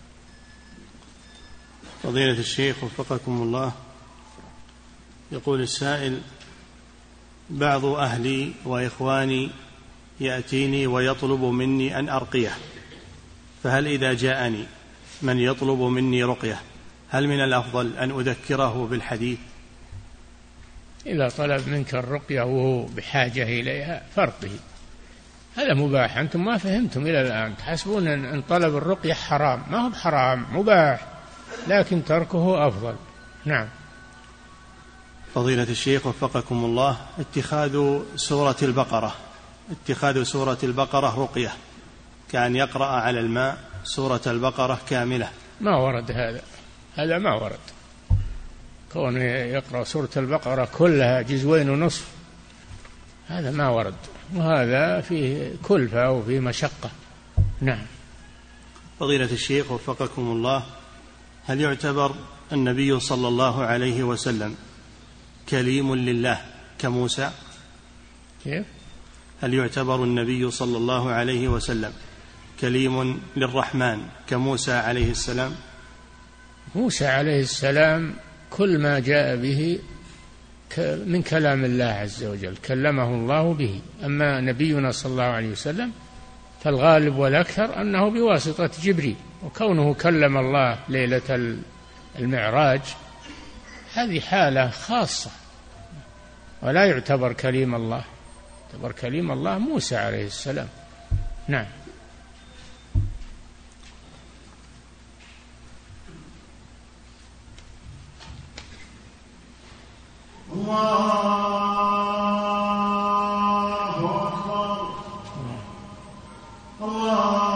فضيلة الشيخ وفقكم الله، يقول السائل: بعض أهلي وإخواني يأتيني ويطلب مني أن أرقيه، فهل إذا جاءني من يطلب مني رقية هل من الأفضل أن أذكره بالحديث؟ إذا طلب منك الرقية وهو بحاجة إليها فارقه، هذا مباح. أنتم ما فهمتم إلى الآن، تحسبون أن طلب الرقية حرام. ما هو حرام، مباح، لكن تركه أفضل. نعم. فضيلة الشيخ وفقكم الله، اتخاذ سورة البقرة اتخاذ سورة البقرة رقية كأن يقرأ على الماء سورة البقرة كاملة، ما ورد هذا، هذا ما ورد. كون يقرأ سورة البقرة كلها جزوين ونصف هذا ما ورد، وهذا فيه كلفة وفيه مشقة. نعم. فضيلة الشيخ وفقكم الله، هل يعتبر النبي صلى الله عليه وسلم كليم لله كموسى؟ كيف؟ هل يعتبر النبي صلى الله عليه وسلم كليم للرحمن كموسى عليه السلام؟ موسى عليه السلام كل ما جاء به من كلام الله عز وجل كلمه الله به، أما نبينا صلى الله عليه وسلم فالغالب والأكثر أنه بواسطة جبريل، وكونه كلم الله ليلة المعراج هذه حالة خاصة ولا يعتبر كليم الله، يعتبر كليم الله موسى عليه السلام. نعم. الله أكبر. الله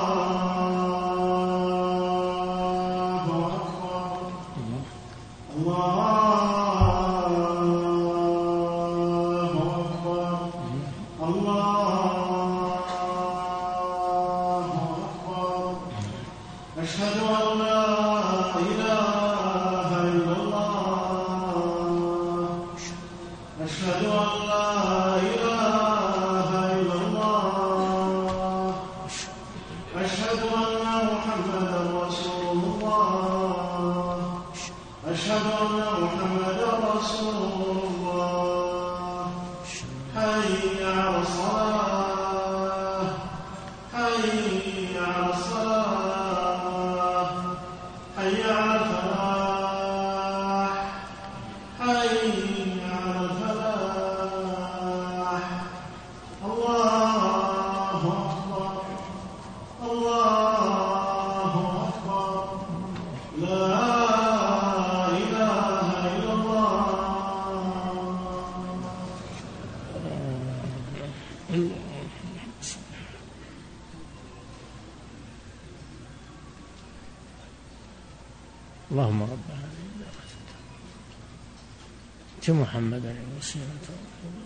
أكبر. الله أكبر. الله أكبر. أشهد أن لا إله إلا الله. أشهد أن لا إله إلا الله. أشهد أن محمدا رسول الله. أشهد أن محمدا رسول الله. حي على الصلاة. حي على الصلاة. حي على الفلاح. حي على الفلاح. الله أكبر. الله أكبر. لا إله إلا الله. اللهم رب هذه محمد عليه الصلاة والسلام.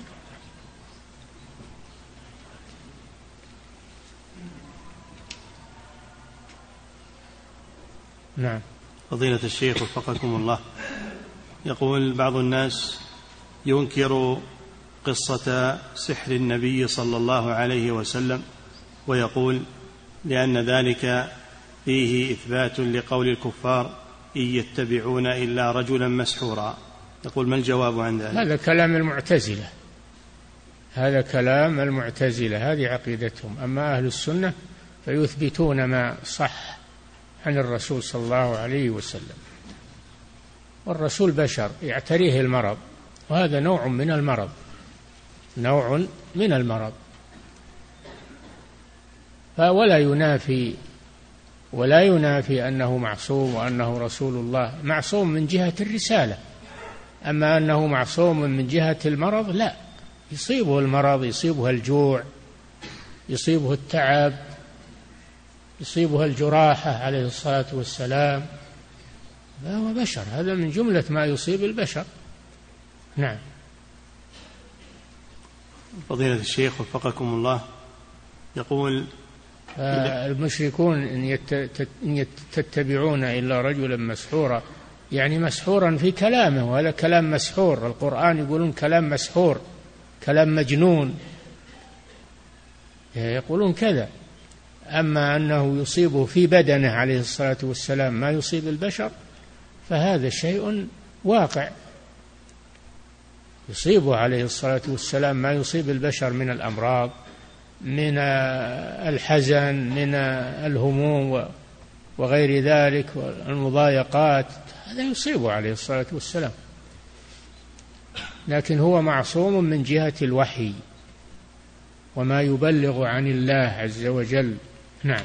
نعم. فضيلة الشيخ وفقكم الله، يقول بعض الناس ينكر قصة سحر النبي صلى الله عليه وسلم ويقول لأن ذلك فيه إثبات لقول الكفار إن يتبعون إلا رجلا مسحورا. يقول ما الجواب عن ذلك؟ هذا كلام المعتزلة، هذا كلام المعتزلة، هذه عقيدتهم. أما أهل السنة فيثبتون ما صح عن الرسول صلى الله عليه وسلم. والرسول بشر يعتريه المرض، وهذا نوع من المرض، نوع من المرض، ولا ينافي ولا ينافي أنه معصوم وأنه رسول الله. معصوم من جهة الرسالة، أما أنه معصوم من جهة المرض لا، يصيبه المرض، يصيبه الجوع، يصيبه التعب، يصيبه الجراحة عليه الصلاة والسلام، فهو بشر، هذا من جملة ما يصيب البشر. نعم. فضيلة الشيخ وفقكم الله، يقول المشركون إن تتبعون إلا رجلا مسحورا، يعني مسحورا في كلامه، وهذا كلام مسحور. القرآن يقولون كلام مسحور، كلام مجنون، يقولون كذا. أما أنه يصيبه في بدنه عليه الصلاة والسلام ما يصيب البشر، فهذا شيء واقع، يصيبه عليه الصلاة والسلام ما يصيب البشر من الأمراض، من الحزن، من الهموم وغير ذلك والمضايقات، هذا يصيبه عليه الصلاة والسلام. لكن هو معصوم من جهة الوحي وما يبلغ عن الله عز وجل. نعم.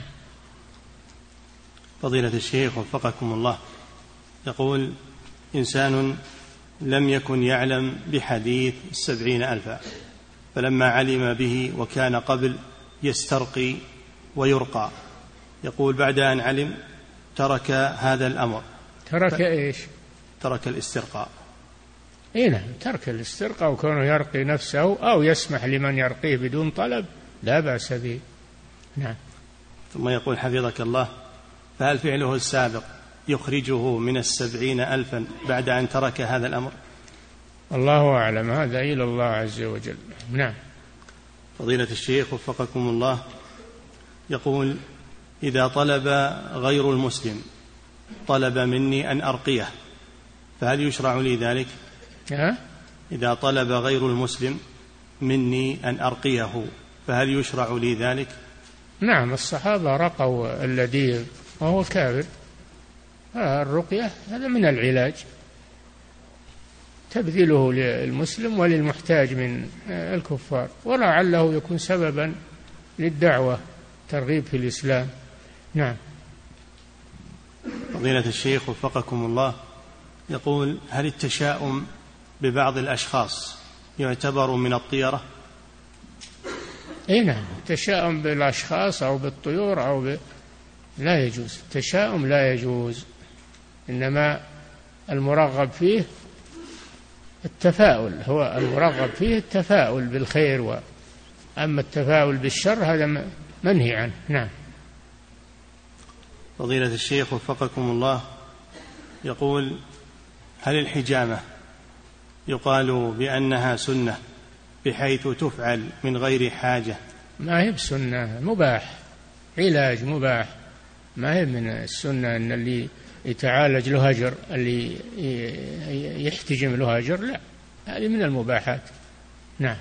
فضيلة الشيخ وفقكم الله، يقول إنسان لم يكن يعلم بحديث السبعين ألفا، فلما علم به وكان قبل يسترقي ويرقى، يقول بعد أن علم ترك هذا الأمر. ترك ف... إيش؟ ترك الاسترقاء. إيه نعم، ترك الاسترقاء وكونه يرقي نفسه أو يسمح لمن يرقيه بدون طلب لا بأس به. نعم. ثم يقول حفظك الله، فهل فعله السابق يخرجه من السبعين ألفا بعد أن ترك هذا الأمر؟ الله أعلم، هذا إلى الله عز وجل. نعم. فضيلة الشيخ وفقكم الله، يقول إذا طلب غير المسلم طلب مني أن أرقيه، فهل يشرع لي ذلك؟ أه؟ إذا طلب غير المسلم مني أن أرقيه فهل يشرع لي ذلك؟ نعم، الصحابة رقوا الذي وهو كافر، الرقية هذا من العلاج، تبذله للمسلم وللمحتاج من الكفار، ولعله يكون سببا للدعوة، ترغيب في الإسلام. نعم. فضيلة الشيخ وفقكم الله، يقول هل التشاؤم ببعض الأشخاص يعتبر من الطيرة؟ اي نعم، التشاؤم بالأشخاص أو بالطيور أو ب... لا يجوز، التشاؤم لا يجوز، إنما المرغب فيه التفاؤل، هو المرغب فيه التفاؤل بالخير، و... أما التفاؤل بالشر هذا منهي عنه. نعم. فضيلة الشيخ وفقكم الله، يقول هل الحجامة يقال بأنها سنة بحيث تفعل من غير حاجة؟ ما هي بسنة، مباح، علاج مباح، ما هي من السنة أن اللي يتعالج له أجر، اللي يحتجم له أجر، لا، هذه من المباحات. نعم.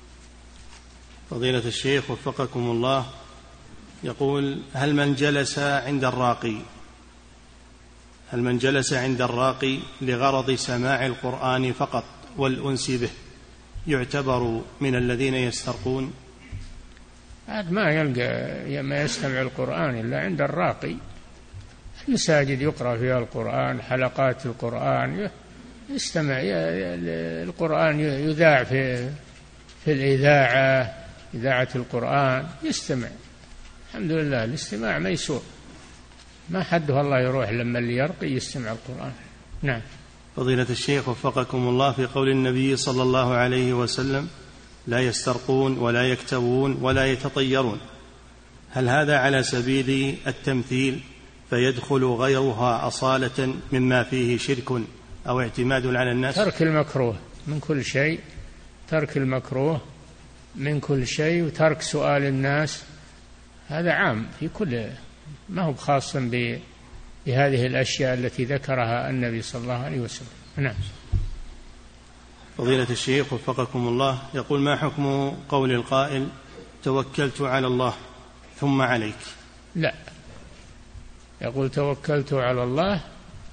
فضيلة الشيخ وفقكم الله، يقول هل من جلس عند الراقي هل من جلس عند الراقي لغرض سماع القرآن فقط والأنس به يعتبر من الذين يسترقون؟ هذا ما يلقى ما يستمع القرآن إلا عند الراقي، المساجد يقرأ فيها القرآن، حلقات القرآن يستمع، القرآن يذاع في في الإذاعة، إذاعة القرآن يستمع، الحمد لله الاستماع ميسور. ما حد والله يروح لما اللي يرقي يستمع القرآن. نعم. فضيلة الشيخ وفقكم الله، في قول النبي صلى الله عليه وسلم: لا يسترقون ولا يكتوون ولا يتطيرون، هل هذا على سبيل التمثيل فيدخل غيرها أصالة مما فيه شرك أو اعتماد على الناس؟ ترك المكروه من كل شيء، ترك المكروه من كل شيء، وترك سؤال الناس، هذا عام في كل، ما هو خاص بهذه الأشياء التي ذكرها النبي صلى الله عليه وسلم. نعم. فضيلة الشيخ وفقكم الله، يقول: ما حكم قول القائل: توكلت على الله ثم عليك؟ لا، يقول توكلت على الله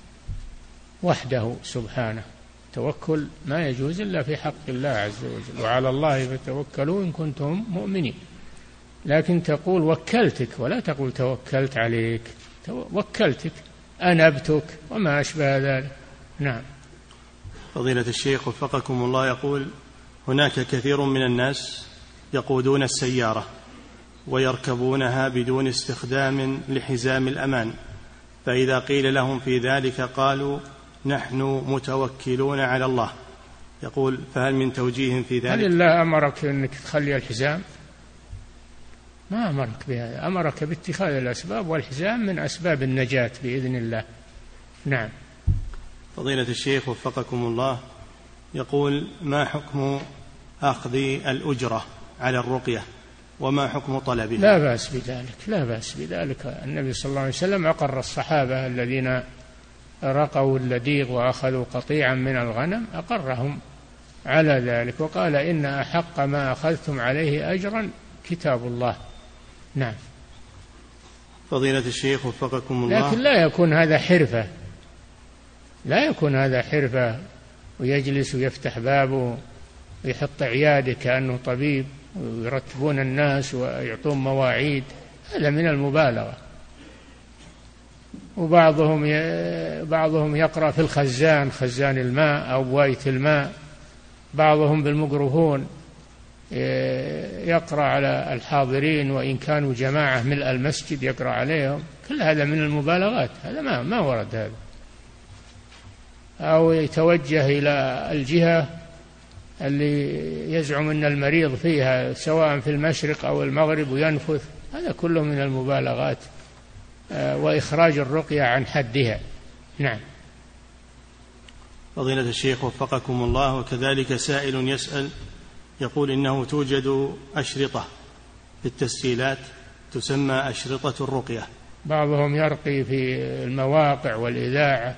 وحده سبحانه، توكل ما يجوز إلا في حق الله عز وجل، وعلى الله فتوكلوا إن كنتم مؤمنين، لكن تقول وكلتك ولا تقول توكلت عليك، وكلتك أنبتك وما أشبه ذلك. نعم. فضيلة الشيخ وفقكم الله، يقول: هناك كثير من الناس يقودون السيارة ويركبونها بدون استخدام لحزام الأمان، فإذا قيل لهم في ذلك قالوا: نحن متوكلون على الله. يقول: فهل من توجيه في ذلك؟ هل الله أمرك أنك تخلي الحزام؟ ما أمرك بهذا، أمرك باتخاذ الأسباب، والحزام من أسباب النجاة بإذن الله. نعم. فضيلة الشيخ وفقكم الله، يقول: ما حكم أخذ الأجرة على الرقية وما حكم طلبها؟ لا بأس بذلك، لا بأس بذلك، النبي صلى الله عليه وسلم أقر الصحابة الذين رقوا اللديغ وأخذوا قطيعا من الغنم، أقرهم على ذلك، وقال: إن أحق ما أخذتم عليه أجرا كتاب الله. نعم. فضيلة الشيخ وفقكم الله، لكن لا يكون هذا حرفة، لا يكون هذا حرفة ويجلس ويفتح بابه ويحط عياده كأنه طبيب ويرتبون الناس ويعطون مواعيد، هذا من المبالغة. وبعضهم بعضهم يقرأ في الخزان، خزان الماء أو بواية الماء، بعضهم بالميكروفون يقرأ على الحاضرين وإن كانوا جماعة ملء المسجد يقرأ عليهم، كل هذا من المبالغات، هذا ما ما ورد هذا. أو يتوجه إلى الجهة اللي يزعم أن المريض فيها سواء في المشرق أو المغرب وينفث، هذا كله من المبالغات وإخراج الرقية عن حدها. نعم. فضيلة الشيخ وفقكم الله، وكذلك سائل يسأل يقول: إنه توجد أشرطة في التسجيلات تسمى أشرطة الرقية، بعضهم يرقي في المواقع والإذاعة،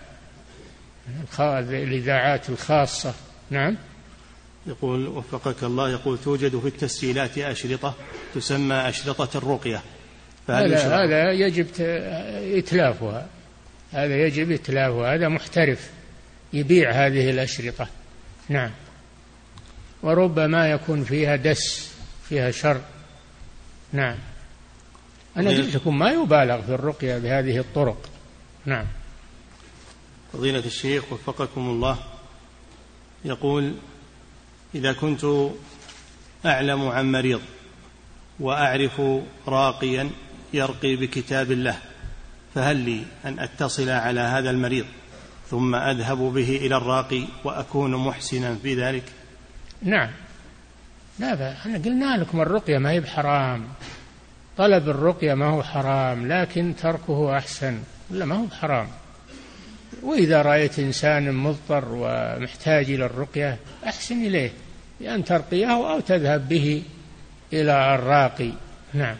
الإذاعات الخاصة. نعم. يقول وفقك الله، يقول: توجد في التسجيلات أشرطة تسمى أشرطة الرقية، هذا هذا يجب إتلافها، هذا يجب إتلافها، هذا محترف يبيع هذه الأشرطة. نعم. وربما يكون فيها دس، فيها شر. نعم. أنا قلت لكم ما يبالغ في الرقية بهذه الطرق. نعم. فضيلة الشيخ وفقكم الله، يقول: إذا كنت أعلم عن مريض وأعرف راقيا يرقي بكتاب الله، فهل لي أن أتصل على هذا المريض ثم أذهب به إلى الراقي وأكون محسنا في ذلك؟ نعم. لا، احنا قلنا لكم الرقية ما هي بحرام، طلب الرقية ما هو حرام، لكن تركه أحسن، لا ما هو بحرام. وإذا رأيت إنسان مضطر ومحتاج إلى الرقية أحسن إليه بأن ترقيه أو تذهب به إلى الراقي. نعم.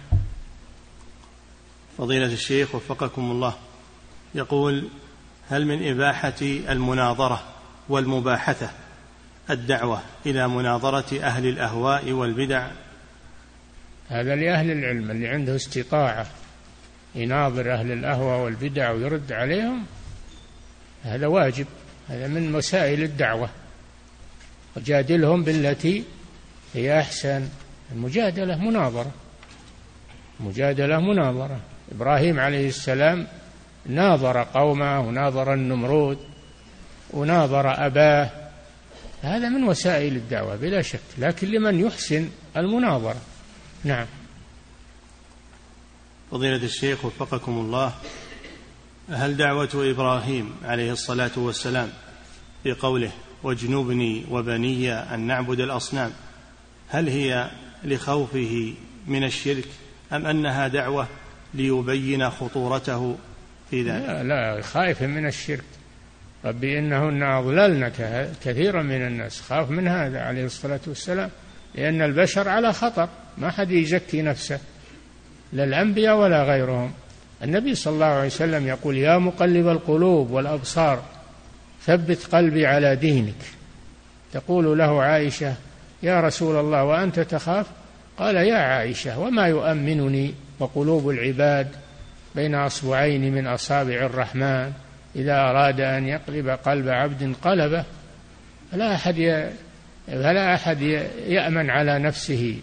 فضيلة الشيخ وفقكم الله، يقول: هل من إباحة المناظرة والمباحثة الدعوة إلى مناظرة أهل الأهواء والبدع؟ هذا لأهل العلم اللي عنده استطاعة يناظر أهل الأهواء والبدع ويرد عليهم، هذا واجب، هذا من وسائل الدعوة. وجادلهم بالتي هي أحسن، المجادلة مناظرة، مجادلة مناظرة. إبراهيم عليه السلام ناظر قومه وناظر النمرود وناظر أباه، هذا من وسائل الدعوة بلا شك، لكن لمن يحسن المناظرة. نعم. فضيلة الشيخ وفقكم الله، هل دعوة إبراهيم عليه الصلاة والسلام في قوله واجنبني وبني أن نعبد الأصنام هل هي لخوفه من الشرك أم أنها دعوة ليبين خطورته في ذلك؟ لا, لا خائف من الشرك. ربي إنهن أضللن كثيرا من الناس، خاف من هذا عليه الصلاة والسلام، لأن البشر على خطر، ما حد يزكي نفسه، لا الأنبياء ولا غيرهم. النبي صلى الله عليه وسلم يقول يا مقلب القلوب والأبصار ثبت قلبي على دينك. تقول له عائشة يا رسول الله وأنت تخاف؟ قال يا عائشة وما يؤمنني وقلوب العباد بين أصبعين من أصابع الرحمن إذا أراد أن يقلب قلب عبد قلبه. فلا أحد ي... فلا أحد يأمن على نفسه.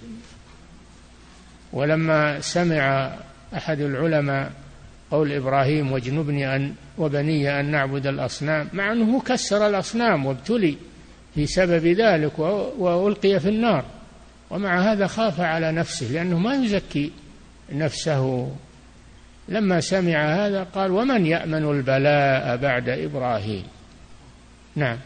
ولما سمع أحد العلماء قول إبراهيم واجنبني أن وبني أن نعبد الأصنام، مع أنه كسر الأصنام وابتلي في سبب ذلك وألقي في النار، ومع هذا خاف على نفسه لأنه ما يزكي نفسه. لما سمع هذا قال ومن يأمن البلاء بعد إبراهيم. نعم.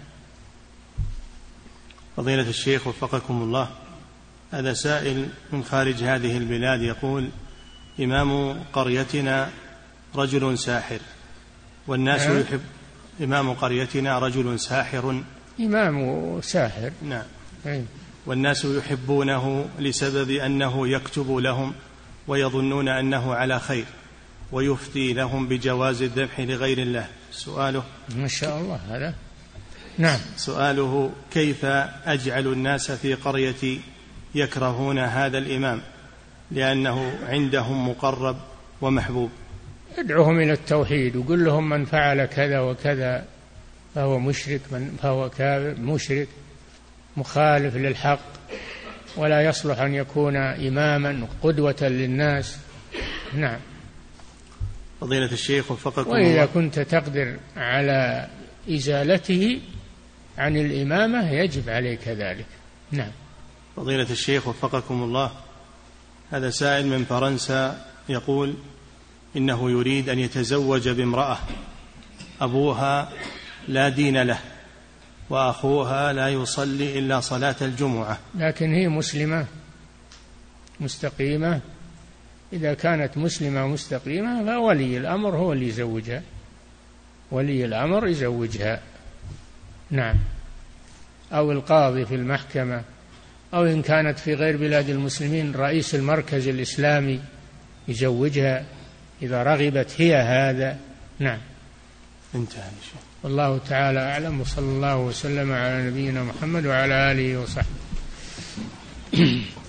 فضيلة الشيخ وفقكم الله، هذا سائل من خارج هذه البلاد يقول إمام قريتنا رجل ساحر والناس نعم. يحب إمام قريتنا رجل ساحر إمام ساحر. نعم. أي. والناس يحبونه لسبب أنه يكتب لهم ويظنون أنه على خير ويفتي لهم بجواز الذبح لغير الله. سؤاله ما شاء الله هذا. نعم. سؤاله كيف أجعل الناس في قريتي يكرهون هذا الإمام لأنه عندهم مقرب ومحبوب؟ ادعوهم إلى التوحيد وقل لهم من فعل كذا وكذا فهو مشرك، من فهو كافر مشرك مخالف للحق ولا يصلح أن يكون إماما قدوة للناس. نعم. فضيلة الشيخ وفقكم وإذا الله، كنت تقدر على إزالته عن الإمامة يجب عليك ذلك. نعم. فضيلة الشيخ وفقكم الله، هذا سائل من فرنسا يقول إنه يريد أن يتزوج بامرأة أبوها لا دين له وأخوها لا يصلي إلا صلاة الجمعة، لكن هي مسلمة مستقيمة. إذا كانت مسلمة مستقيمة فولي الأمر هو اللي يزوجها، ولي الأمر يزوجها. نعم. أو القاضي في المحكمة، أو إن كانت في غير بلاد المسلمين رئيس المركز الإسلامي يزوجها إذا رغبت هي هذا. نعم. انتهى. والله تعالى أعلم، وصلى الله وسلم على نبينا محمد وعلى آله وصحبه.